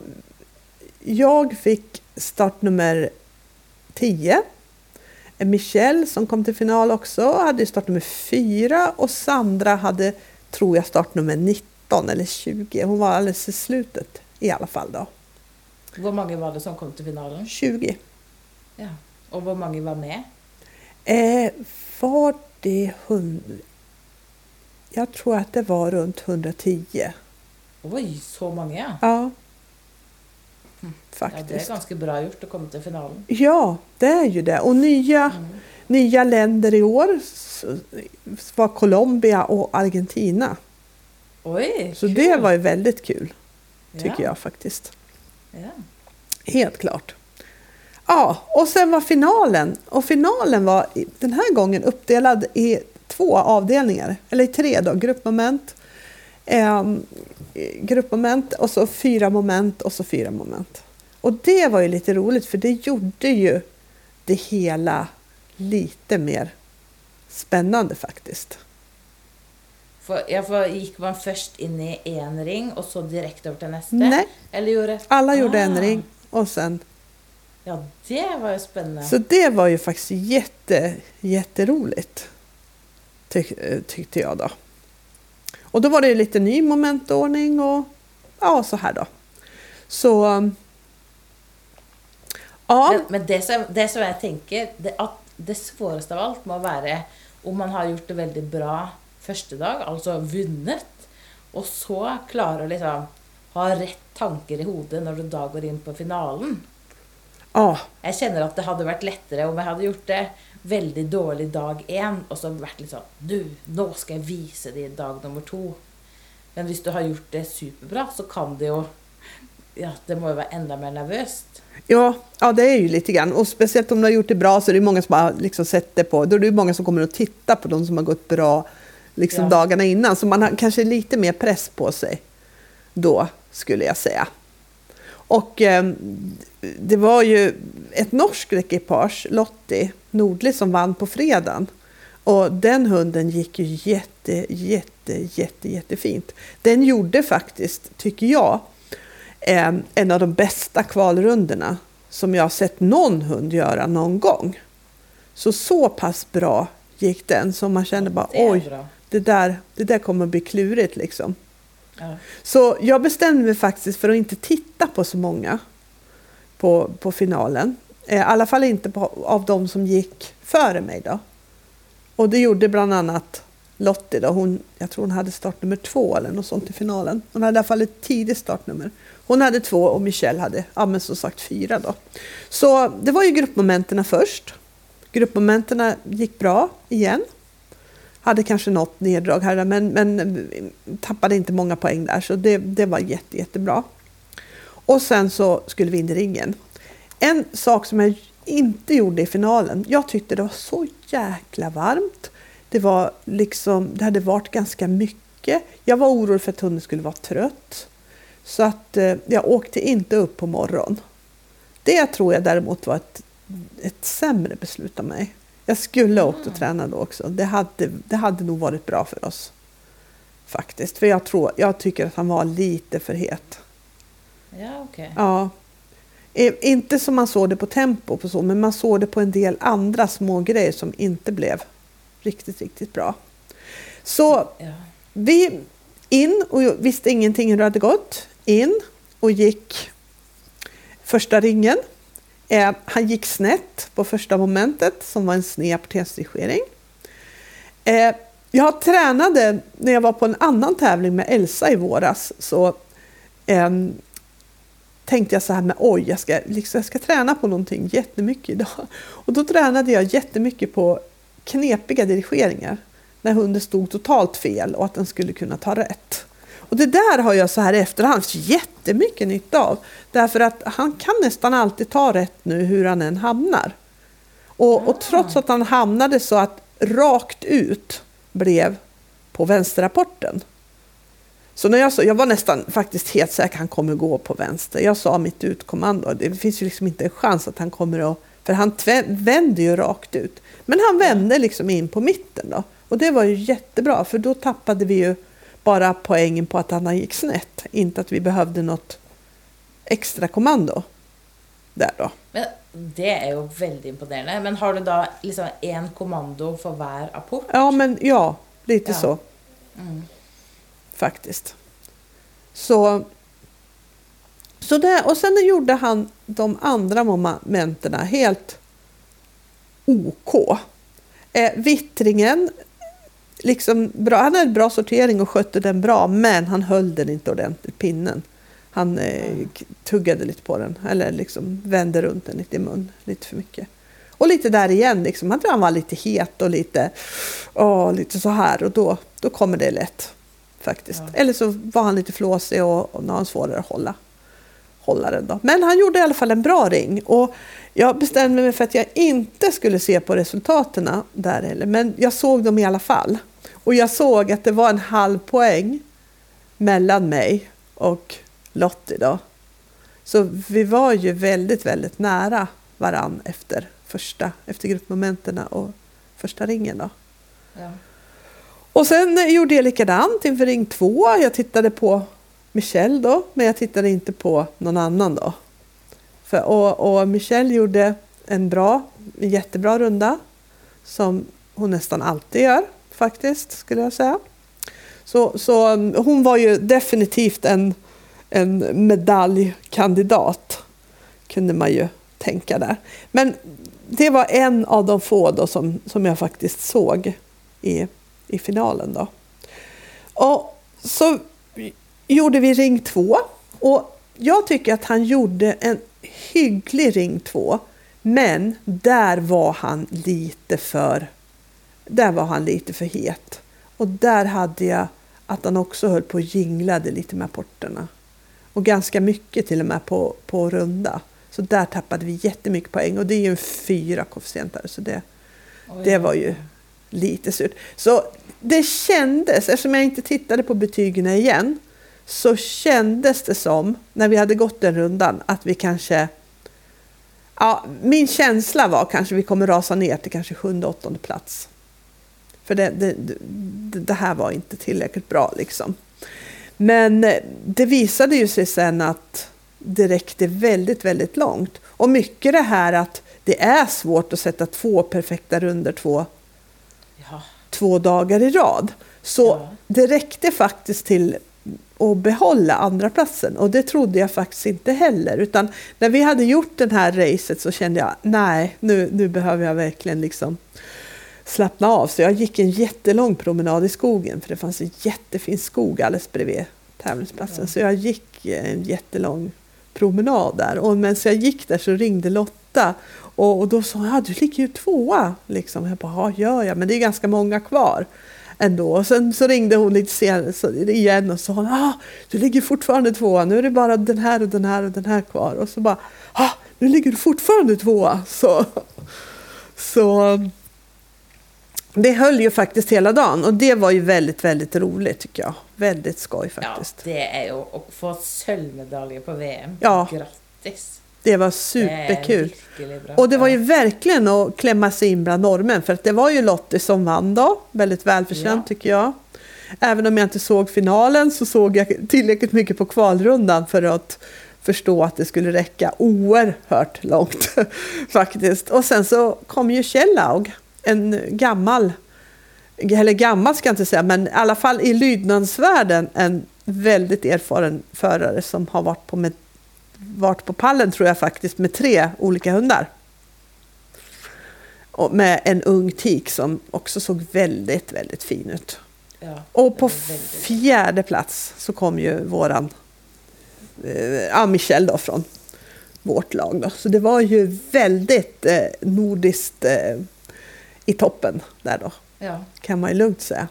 jag fick startnummer tio. Michelle som kom till final också hade startnummer fyra, och Sandra hade, tror jag, startnummer nitton eller tjugo. Hon var alldeles i slutet i alla fall då. Hur många var det som kom till finalen? tjugo. Ja. Och hur många var med? Eh, var det hundra? Jag tror att det var runt hundratio. Oj, så många? Ja. Mm. Faktiskt. Ja, det är ganska bra gjort att komma till finalen. Ja, det är ju det. Och nya, mm. nya länder i år var Colombia och Argentina. Oj, Så kul. det var ju väldigt kul, tycker ja. jag faktiskt. Ja. Helt klart. Ja, och sen var finalen. Och finalen var den här gången uppdelad i två avdelningar. Eller i tre då. Gruppmoment, eh, gruppmoment och så fyra moment och så fyra moment. Och det var ju lite roligt, för det gjorde ju det hela lite mer spännande faktiskt. För, ja, för gick man först in i en ring och så direkt över till nästa? Nej, eller gjorde... alla gjorde ah. en ring och sen... Ja, det var ju spännande. Så det var ju faktiskt jätte, jätteroligt, tyck, tyckte jag då. Och då var det lite ny momentordning och ja, så här då. Så... Ja. Men, men det, som, det som jag tänker, det, att det svåraste av allt må vara om man har gjort det väldigt bra första dag, alltså vunnit, och så klarar liksom ha rätt tankar i huvudet när du då går in på finalen. Ja. Jag känner att det hade varit lättare om jag hade gjort det väldigt dålig dag en och så varit liksom, du, nu ska jag visa dig dag nummer två. Men om du har gjort det superbra så kan det ju, ja, det må ju vara ända mer nervöst. Ja, ja, det är ju lite grann. Och speciellt om du har gjort det bra så är det många som har liksom sett det på. Då är det många som kommer att titta på de som har gått bra liksom ja. dagarna innan. Så man har kanske lite mer press på sig då, skulle jag säga. Och eh, det var ju ett norskt ekipage, Lottie Nordli, som vann på fredagen. Och den hunden gick ju jätte, jätte, jätte, jättefint. Den gjorde faktiskt, tycker jag, en, en av de bästa kvalrundorna som jag har sett någon hund göra någon gång. Så så pass bra gick den, så man kände bara, oj, det där, det där kommer att bli klurigt liksom. Ja. Så jag bestämde mig faktiskt för att inte titta på så många på, på finalen. I alla fall inte på, av de som gick före mig då. Och det gjorde bland annat Lottie då. Hon, jag tror hon hade startnummer två eller något sånt i finalen. Hon hade i alla fall ett tidigt startnummer. Hon hade två och Michelle hade, ja men som sagt, fyra då. Så det var ju gruppmomenterna först. Gruppmomenterna gick bra igen. Hade kanske något neddrag här, men, men tappade inte många poäng där. Så det, det var jätte, jättebra. Och sen så skulle vi in i ringen. En sak som jag inte gjorde i finalen. Jag tyckte det var så jäkla varmt. Det var liksom, det hade varit ganska mycket. Jag var orolig för att hunden skulle vara trött. Så att eh, jag åkte inte upp på morgon. Det tror jag däremot var ett, ett sämre beslut av mig. Jag skulle åkt och träna då också. Det hade, det hade nog varit bra för oss. Faktiskt. För jag tror, jag tycker att han var lite för het. Ja, okej. Okay. Ja. Inte som man såg det på tempo på så, men man såg det på en del andra små grejer som inte blev riktigt, riktigt bra. Så ja. Vi in och visste ingenting hur det hade gått. In och gick första ringen. Eh, han gick snett på första momentet som var en sned apporteringsdirigering. Eh, jag tränade när jag var på en annan tävling med Elsa i våras, så eh, tänkte jag så här med oj, jag ska, liksom, jag ska träna på någonting jättemycket idag. Och då tränade jag jättemycket på knepiga dirigeringar. När hunden stod totalt fel och att den skulle kunna ta rätt. Och det där har jag så här i efterhand jättemycket nytta av. Därför att han kan nästan alltid ta rätt nu hur han än hamnar. Och, och trots att han hamnade så att rakt ut blev på vänsterrapporten. Så när jag sa, jag var nästan faktiskt helt säker att han kommer gå på vänster. Jag sa mitt utkommando. Det finns ju liksom inte en chans att han kommer att... För han tvä, vände ju rakt ut. Men han vände liksom in på mitten då. Och det var ju jättebra. För då tappade vi ju bara poängen på att han gick snett. Inte att vi behövde något extra kommando där då. Men det är ju väldigt imponerande. Men har du då liksom en kommando för var apport? Ja, men ja, lite ja. så. Mm. Faktiskt. Så, så det, och sen gjorde han de andra momenterna helt OK. Eh, vittringen, liksom bra, han hade bra sortering och skötte den bra, men han höll den inte ordentligt, pinnen. Han eh, tuggade lite på den, eller liksom vände runt den lite i mun, lite för mycket. Och lite där igen, liksom, han tror han var lite het och lite, åh, lite så här, och då, då kommer det lätt. Faktiskt. Ja. Eller så var han lite flåsig och, och när han svårare att hålla, hålla den då. Men han gjorde i alla fall en bra ring. Och jag bestämde mig för att jag inte skulle se på resultaten där heller. Men jag såg dem i alla fall. Och jag såg att det var en halv poäng mellan mig och Lottie då. Så vi var ju väldigt, väldigt nära varann efter första, efter gruppmomenterna och första ringen då. Ja. Och sen gjorde jag likadant inför ring två. Jag tittade på Michelle då, men jag tittade inte på någon annan då. För, och, och Michelle gjorde en bra, en jättebra runda som hon nästan alltid gör faktiskt, skulle jag säga. Så, så hon var ju definitivt en, en medaljkandidat, kunde man ju tänka där. Men det var en av de få då som, som jag faktiskt såg i i finalen då. Och så gjorde vi ring två. Och jag tycker att han gjorde en hygglig ring två. Men där var han lite för där var han lite för het. Och där hade jag att han också höll på och jinglade lite med porterna. Och ganska mycket till och med på, på runda. Så där tappade vi jättemycket poäng. Och det är ju en fyra koefficienter. Så det, det var ju lite surt. Så det kändes, eftersom jag inte tittade på betygen igen, så kändes det som, när vi hade gått den rundan, att vi kanske, ja, min känsla var kanske vi kommer rasa ner till kanske sjunde, åttonde plats. För det, det, det, det här var inte tillräckligt bra liksom. Men det visade ju sig sen att det räckte väldigt, väldigt långt. Och mycket det här att det är svårt att sätta två perfekta runder två, Ja. två dagar i rad. Så Ja. det räckte faktiskt till att behålla andra platsen. Och det trodde jag faktiskt inte heller. Utan när vi hade gjort den här racet så kände jag, nej, nu, nu behöver jag verkligen liksom slappna av. Så jag gick en jättelång promenad i skogen. För det fanns en jättefin skog alldeles bredvid tävlingsplatsen. Ja. Så jag gick en jättelång promenad där. Och medan jag gick där så ringde Lotta. Och, och då sa hon, ja, du ligger ju tvåa. Liksom. Jag bara, ja, gör jag. Men det är ganska många kvar ändå. Och sen så ringde hon lite senare så, igen och sa, ah, du ligger fortfarande tvåa. Nu är det bara den här och den här och den här kvar. Och så bara, ah, nu ligger du fortfarande tvåa. Så... så det höll ju faktiskt hela dagen och det var ju väldigt, väldigt roligt tycker jag. Väldigt skoj faktiskt. Ja, det är ju att få sølvmedalje på V M. Ja. Grattis. Det var superkul. Det och det var ju verkligen att klämma sig in bland normen. För att det var ju Lotte som vann då. Väldigt välförtjänt ja. tycker jag. Även om jag inte såg finalen så såg jag tillräckligt mycket på kvalrundan för att förstå att det skulle räcka oerhört långt faktiskt. Och sen så kom ju Kjellaug. En gammal, eller gammal ska jag inte säga, men i alla fall i lydnadsvärlden en väldigt erfaren förare som har varit på, med, varit på pallen tror jag faktiskt med tre olika hundar. Och med en ung tik som också såg väldigt, väldigt fin ut. Ja, och på väldigt... fjärde plats så kom ju våran eh, Michelle då från vårt lag. Då. Så det var ju väldigt eh, nordiskt eh, i toppen där då. Ja. Kan man ju lugnt säga.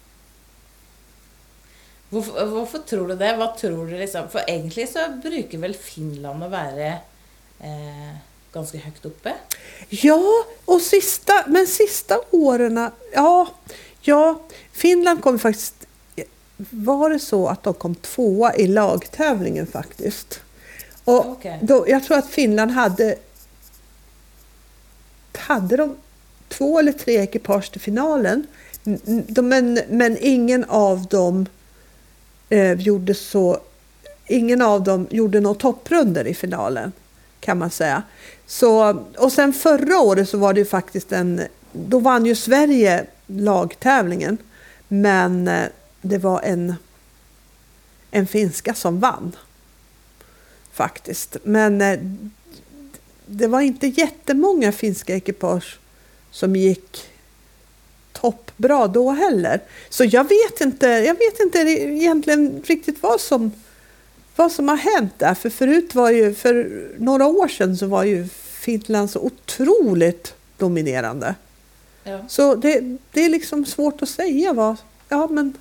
Hvorfor, hvorfor tror du det? Vad tror du liksom? För egentligen så brukar väl Finland att vara eh, ganska högt uppe? Ja, och sista, men sista åren, ja, ja, Finland kom faktiskt, var det så att de kom tvåa i lagtävlingen faktiskt. Och okay. då, jag tror att Finland hade, hade de två eller tre ekipage till finalen. Men, men ingen av dem eh, gjorde så, ingen av dem gjorde några topprunder i finalen kan man säga. Så, och sen förra året så var det ju faktiskt en, då vann ju Sverige lagtävlingen, men eh, det var en en finska som vann faktiskt. Men eh, det var inte jättemånga finska ekipage som gick toppbra då heller. Så jag vet inte, jag vet inte egentligen riktigt vad som vad som har hänt där. För förut var ju, för några år sedan så var ju Finland så otroligt dominerande. Ja. Så det, det är liksom svårt att säga vad, ja men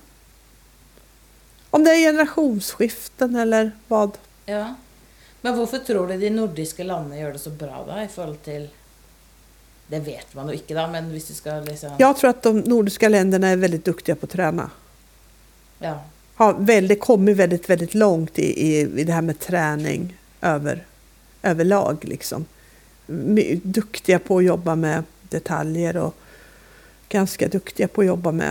om det är generationsskiften eller vad. Ja. Men varför tror du de nordiska länderna gör det så bra då i förhållande till, det vet man nog inte då, men hvis du ska liksom... Jag tror att de nordiska länderna är väldigt duktiga på att träna. Ja. Har väldigt, kommit väldigt, väldigt långt i, i, i det här med träning över, överlag liksom. Duktiga på att jobba med detaljer och ganska duktiga på att jobba med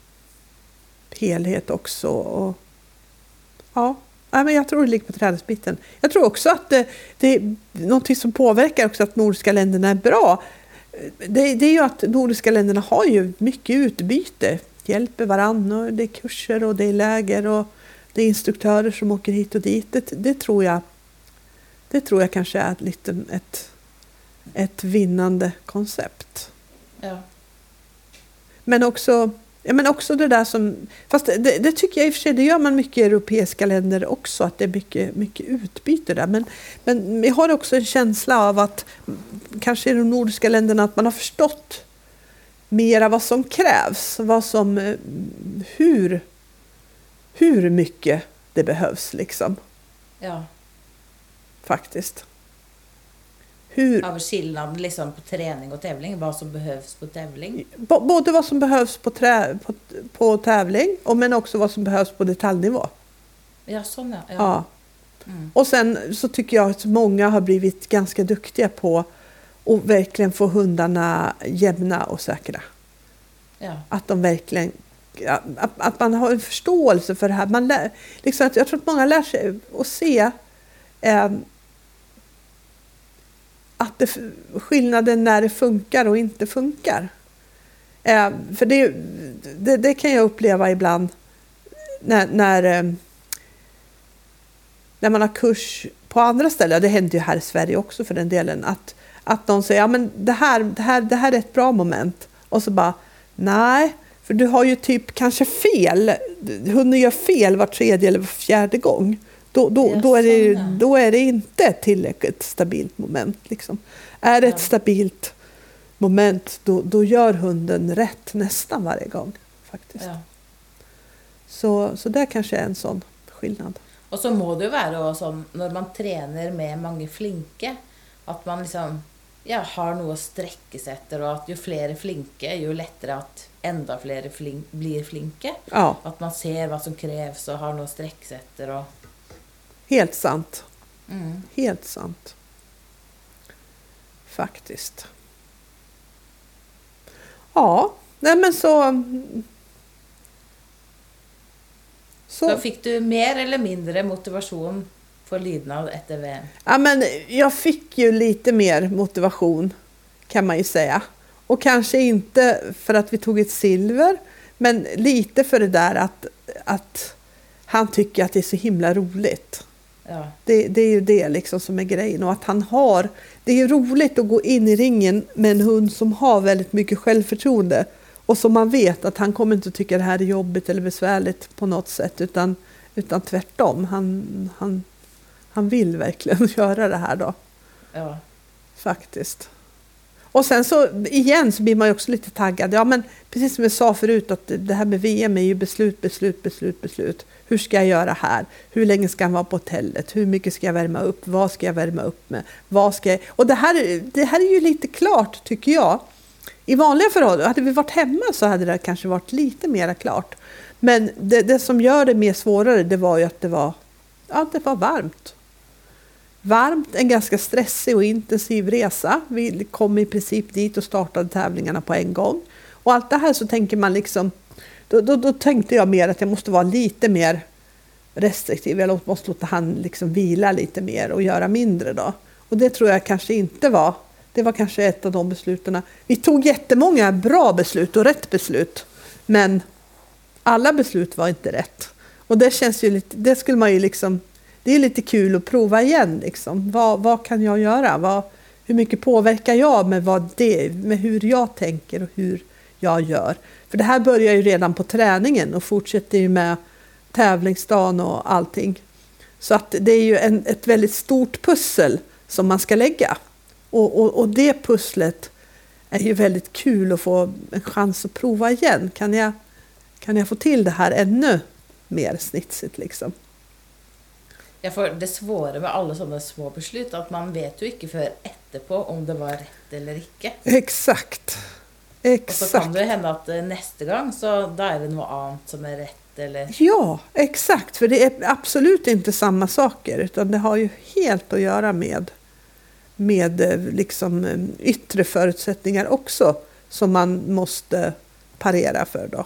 helhet också. Och, ja, men jag tror det ligger på träningsbiten. Jag tror också att det, det är något som påverkar också att nordiska länderna är bra. Det, det är ju att nordiska länderna har ju mycket utbyte. Hjälper varandra, och det är kurser och det är läger och det är instruktörer som åker hit och dit. Det, det tror jag det tror jag kanske är ett, lite, ett, ett vinnande koncept. Ja. Men också, ja, men också det där som, fast det, det tycker jag i och för sig, det gör man mycket i europeiska länder också, att det är mycket, mycket utbyte där. Men, men vi har också en känsla av att kanske i de nordiska länderna att man har förstått mera vad som krävs, vad som, hur, hur mycket det behövs liksom. Ja. Faktiskt. Hur, av skillnad liksom på träning och tävling, vad som behövs på tävling. B- både vad som behövs på, trä, på, på tävling och men också vad som behövs på detaljnivå. Ja, sån ja. Ja. Mm. Och sen så tycker jag att många har blivit ganska duktiga på att verkligen få hundarna jämna och säkra. Ja. Att de verkligen, att, att man har en förståelse för det här. Man lär, liksom att jag tror att många lär sig att se eh, att det, skillnaden när det funkar och inte funkar. Eh, för det, det, det kan jag uppleva ibland när, när, eh, när man har kurs på andra ställen. Det händer ju här i Sverige också för den delen. Att, att de säger, ja men det här, det, här, det här är ett bra moment. Och så bara, nej, för du har ju typ kanske fel. Hunden gör fel var tredje eller var fjärde gång. Då, då, då, är, det, då är det inte ett tillräckligt stabilt moment. Liksom. Är det ett stabilt moment, då, då gör hunden rätt nästan varje gång. Faktiskt. Ja. Så, så det kanske är en sån skillnad. Och så må det ju vara sånn, när man tränar med många flinke, att man liksom, ja, har något att sträcka sig efter, och att ju fler flinke, ju lättare att ända fler flink, blir flinke. Ja. Att man ser vad som krävs och har något att sträcka sig efter. Och... Helt sant. Mm. Helt sant. Faktiskt. Ja, nej men så... Så fick du mer eller mindre motivation för lydnad efter V M? Ja, men jag fick ju lite mer motivation, kan man ju säga. Och kanske inte för att vi tog ett silver, men lite för det där att, att han tycker att det är så himla roligt. Ja. Det, det är ju det liksom som är grejen. Och att han har, det är ju roligt att gå in i ringen med en hund som har väldigt mycket självförtroende. Och som man vet att han kommer inte att tycka det här är jobbigt eller besvärligt på något sätt. Utan, utan tvärtom. Han, han, han vill verkligen göra det här då. Ja. Faktiskt. Och sen så igen så blir man ju också lite taggad. Ja, men precis som jag sa förut, att det här med V M är ju beslut, beslut, beslut, beslut. Hur ska jag göra här? Hur länge ska jag vara på hotellet? Hur mycket ska jag värma upp? Vad ska jag värma upp med? Vad ska jag... Och det här, det här är ju lite klart, tycker jag. I vanliga förhållanden, hade vi varit hemma så hade det kanske varit lite mer klart. Men det, det som gör det mer svårare, det var ju att det var, ja, det var varmt. Varmt, en ganska stressig och intensiv resa. Vi kom i princip dit och startade tävlingarna på en gång. Och allt det här så tänker man liksom, då, då, då tänkte jag mer att jag måste vara lite mer restriktiv. Jag måste låta han liksom vila lite mer och göra mindre då. Och det tror jag kanske inte var, det var kanske ett av de besluten. Vi tog jättemånga bra beslut och rätt beslut. Men alla beslut var inte rätt. Och det känns ju lite, det skulle man ju liksom, det är lite kul att prova igen liksom. Vad, vad kan jag göra? Vad, hur mycket påverkar jag med, vad det, med hur jag tänker och hur jag gör? För det här börjar ju redan på träningen och fortsätter ju med tävlingsdagen och allting. Så att det är ju en, ett väldigt stort pussel som man ska lägga. Och, och, och det pusslet är ju väldigt kul att få en chans att prova igen. Kan jag, kan jag få till det här ännu mer snitsigt liksom? Ja, för det svåra med alla sådana små beslut, att man vet ju inte för efterpå om det var rätt eller inte. Exakt. Exakt. Och så kan det hända att nästa gång så då är det något annat som är rätt eller... Ja, exakt. För det är absolut inte samma saker, utan det har ju helt att göra med med liksom yttre förutsättningar också som man måste parera för då.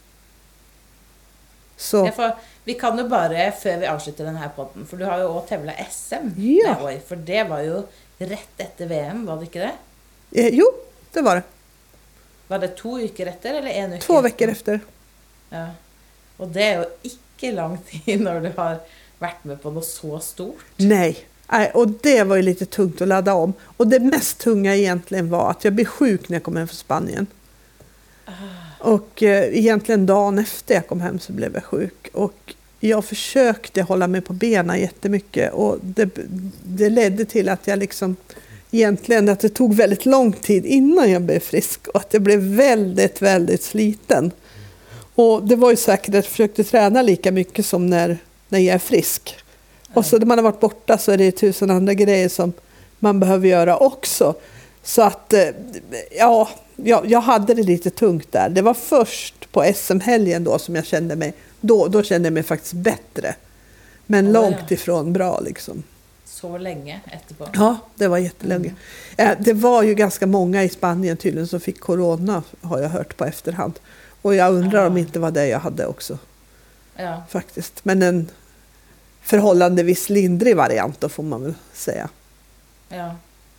Så. Ja, för vi kan ju bara, för vi avslutar den här podden, för du har ju också tävlat S M ja. med år, för det var ju rätt efter V M, var det inte det? Eh, jo, det var det. Var det två veckor efter eller en vecka? Två veckor efter. Ja. Och det är ju inte lång tid när du har varit med på något så stort. Nej. Nej, och det var ju lite tungt att ladda om. Och det mest tunga egentligen var att jag blev sjuk när jag kom hem från Spanien. Ah. Och eh, egentligen dagen efter jag kom hem så blev jag sjuk. Och jag försökte hålla mig på benen jättemycket. Och det, det ledde till att jag liksom egentligen att det tog väldigt lång tid innan jag blev frisk. Och att jag blev väldigt, väldigt sliten. Och det var ju säkert att jag försökte träna lika mycket som när, när jag är frisk. Och så när man har varit borta så är det tusen andra grejer som man behöver göra också. Så att, ja, jag, jag hade det lite tungt där. Det var först på S M-helgen då som jag kände mig, då, då kände jag mig faktiskt bättre. Men oh, långt ja. ifrån bra liksom. Så så länge efterpå. Ja, det var jättelänge. Mm. Det var ju ganska många i Spanien tydligen som fick corona, har jag hört på efterhand. Och jag undrar ja. om inte var det jag hade också. Ja. Faktiskt. Men en förhållandevis lindrig variant då, får man väl säga. Ja.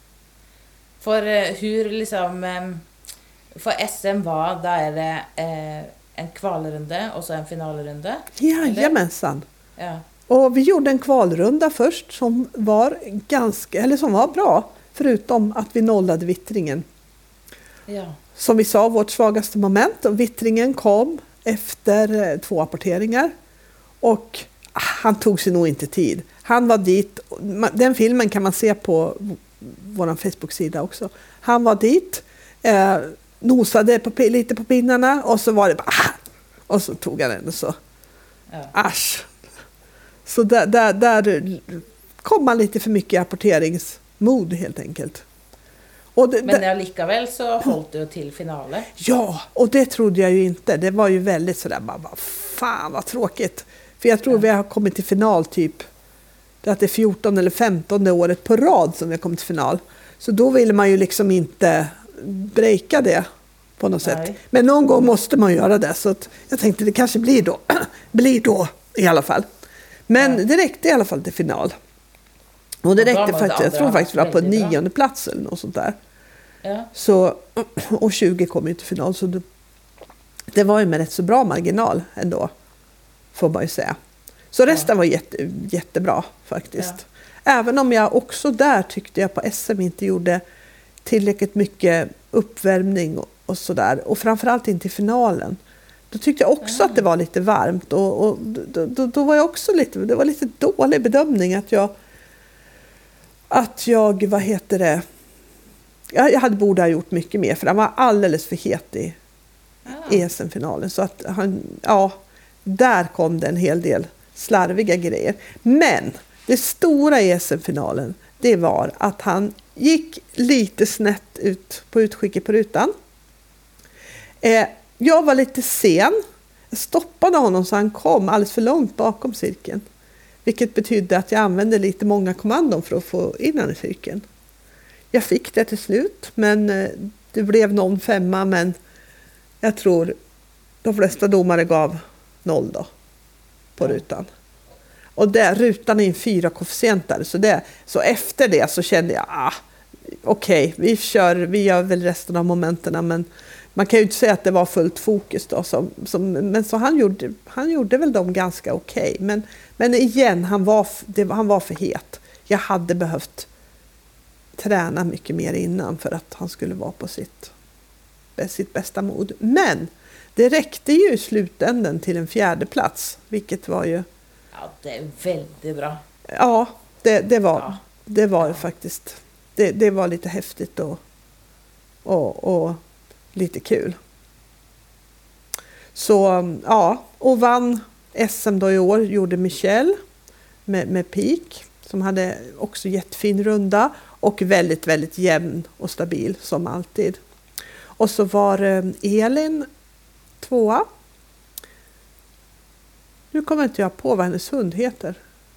För hur liksom... För S M var, där är det en kvalrunde och så en finalrunde. Jajamensan. Ja. Och vi gjorde en kvalrunda först som var ganska, eller som var bra, förutom att vi nollade vittringen. Ja. Som vi sa, vårt svagaste moment, och vittringen kom efter två apporteringar. Och ah, han tog sig nog inte tid. Han var dit, den filmen kan man se på vår Facebook-sida också. Han var dit, eh, nosade på, lite på pinnarna och så var det bara, ah, och så tog han den och så. Ja. Asch. Så där, där, där kom man lite för mycket apporteringsmod helt enkelt. Och det, men jag lika väl så hållt du till finalen. Ja, och det trodde jag ju inte. Det var ju väldigt sådär, bara, bara fan vad tråkigt. För jag tror ja. vi har kommit till final typ, att det är fjortonde eller femtonde året på rad som vi har kommit till final. Så då ville man ju liksom inte breaka det på något Nej. sätt. Men någon gång måste man göra det. Så att jag tänkte det kanske blir då. blir då i alla fall. Men ja. det räckte i alla fall till final. Och det och räckte faktiskt, jag tror faktiskt vi var på nionde plats eller något sånt där. Ja. Så, och tjugo kom ju till final. Så det, det var ju med rätt så bra marginal ändå. Får man ju säga. Så resten ja. var jätte, jättebra faktiskt. Ja. Även om jag också där tyckte jag på S M inte gjorde tillräckligt mycket uppvärmning och, och sådär. Och framförallt inte i finalen. Då tyckte jag också mm. att det var lite varmt. Och, och då, då, då var jag också lite, det var lite dålig bedömning att jag, att jag, vad heter det, jag, jag hade borde ha gjort mycket mer. För han var alldeles för het i ah. E S M-finalen. Så att han, ja, där kom det en hel del slarviga grejer. Men det stora i E S M-finalen, det var att han gick lite snett ut på utskicket på rutan. Eh, jag var lite sen. Jag stoppade honom så han kom alldeles för långt bakom cirkeln. Vilket betydde att jag använde lite många kommandon för att få in han i cirkeln. Jag fick det till slut, men eh, det blev någon femma, men jag tror de flesta domare gav noll då på ja. rutan. Och där, rutan är en fyra koefficienter. Så, det, så efter det så kände jag, ah, okej, okay, vi kör, vi gör väl resten av momenterna, men man kan ju inte säga att det var fullt fokus då. Som, som, men så han gjorde, han gjorde väl dem ganska okej. Okay. Men, men igen, han var, det, han var för het. Jag hade behövt träna mycket mer innan för att han skulle vara på sitt, sitt bästa mod. Men det räckte ju i slutändan till en fjärde plats, vilket var ju... Ja, det är väldigt bra. Ja, det, det var, ja. det var ja. faktiskt, det, det var lite häftigt och, och, och lite kul. Så ja, och vann S M då i år gjorde Michelle med, med Peak, som hade också jättefin runda och väldigt, väldigt jämn och stabil som alltid. Och så var Elin tvåa. Nu kommer inte jag på vad hennes hund heter.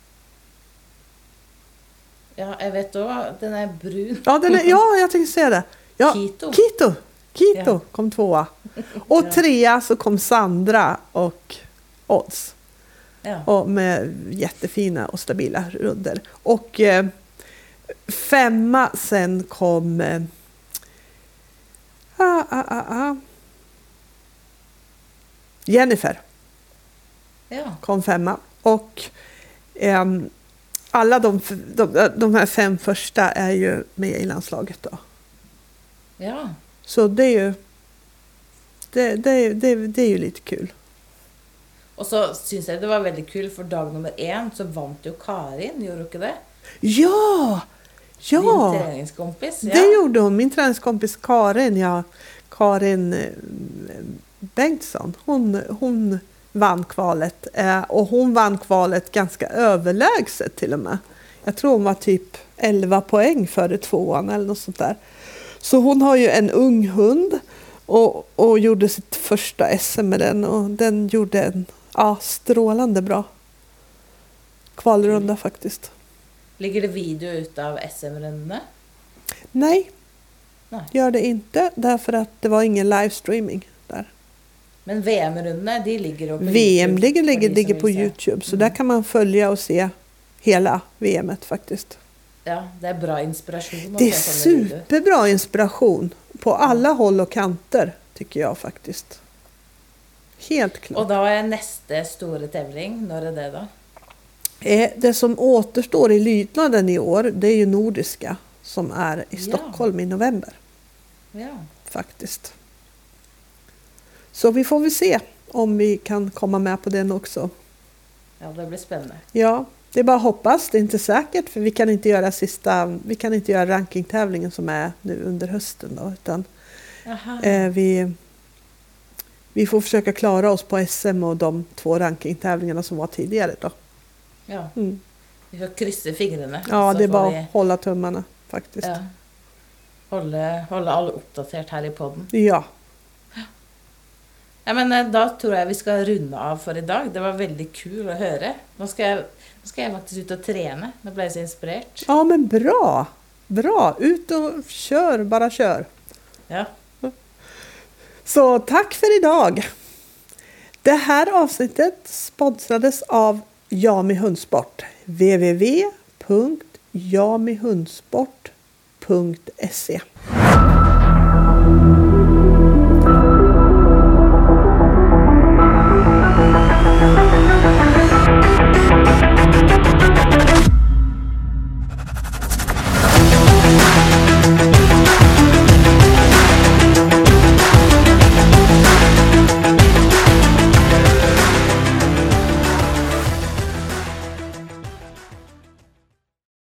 Ja, jag vet då. Den är brun. Ja, den är, ja jag tänkte säga det. Ja, Kito. Kito. Kito ja. kom tvåa. Och ja. trea så kom Sandra och Odds. Ja. Och med jättefina och stabila runder. Och eh, femma sen kom... Eh, ah, ah, ah, ah. Jennifer. Ja. Kom femma. Och eh, alla de, de, de här fem första är ju med i landslaget då. Ja. Så det är ju det, det, det, det är ju lite kul. Och så syns jag det var väldigt kul för dag nummer en så vann ju Karin, gjorde du inte det? Ja! Ja! Din träningskompis. Ja. Det gjorde hon. Min träningskompis Karin, ja. Karin Bengtsson. Hon, hon vann kvalet. Eh, och hon vann kvalet ganska överlägset till och med. Jag tror hon var typ elva poäng före tvåan eller något sånt där. Så hon har ju en ung hund och, och gjorde sitt första S M med den. Och den gjorde en ja, strålande bra kvalrunda faktiskt. Ligger det video ut av S M-rundorna? Nej, Nej. gör det inte. Därför att det var ingen livestreaming där. Men V M-rundorna, de ligger på V M YouTube, ligger, för ligger, de ligger som på vill se. YouTube. Så Mm. där kan man följa och se hela V M:et faktiskt. Ja, det är bra inspiration. att Det är se sådana videor. superbra inspiration på alla håll och kanter, tycker jag faktiskt. Helt klart. Och då är nästa stora tävling, när är det då? Eh, Det som återstår i lydnaden i år, det är ju nordiska som är i Ja. Stockholm i november Ja. faktiskt. Så vi får väl se om vi kan komma med på den också. Ja, det blir spännande. Ja, det är bara att hoppas. Det är inte säkert, för vi kan inte göra sista, vi kan inte göra rankingtävlingen som är nu under hösten då, utan Aha. eh, vi vi får försöka klara oss på S M och de två rankingtävlingarna som var tidigare då. Ja, Mm. vi får kryssa fingrarna. Ja, så det är får bara vi, att hålla tummarna faktiskt. ja, hålla, hålla alla uppdaterat här i podden. Ja. Ja, men eh, då tror jag vi ska runda av för idag. Det var väldigt kul att höra. Nu ska jag, nu ska jag faktiskt ut och träna. Nu blir jag så inspirerad. Ja, men bra. Bra. Ut och kör, bara kör. Ja. Så tack för idag. Det här avsnittet sponsrades av Jami Hundsport. w w w punkt jami hundsport punkt se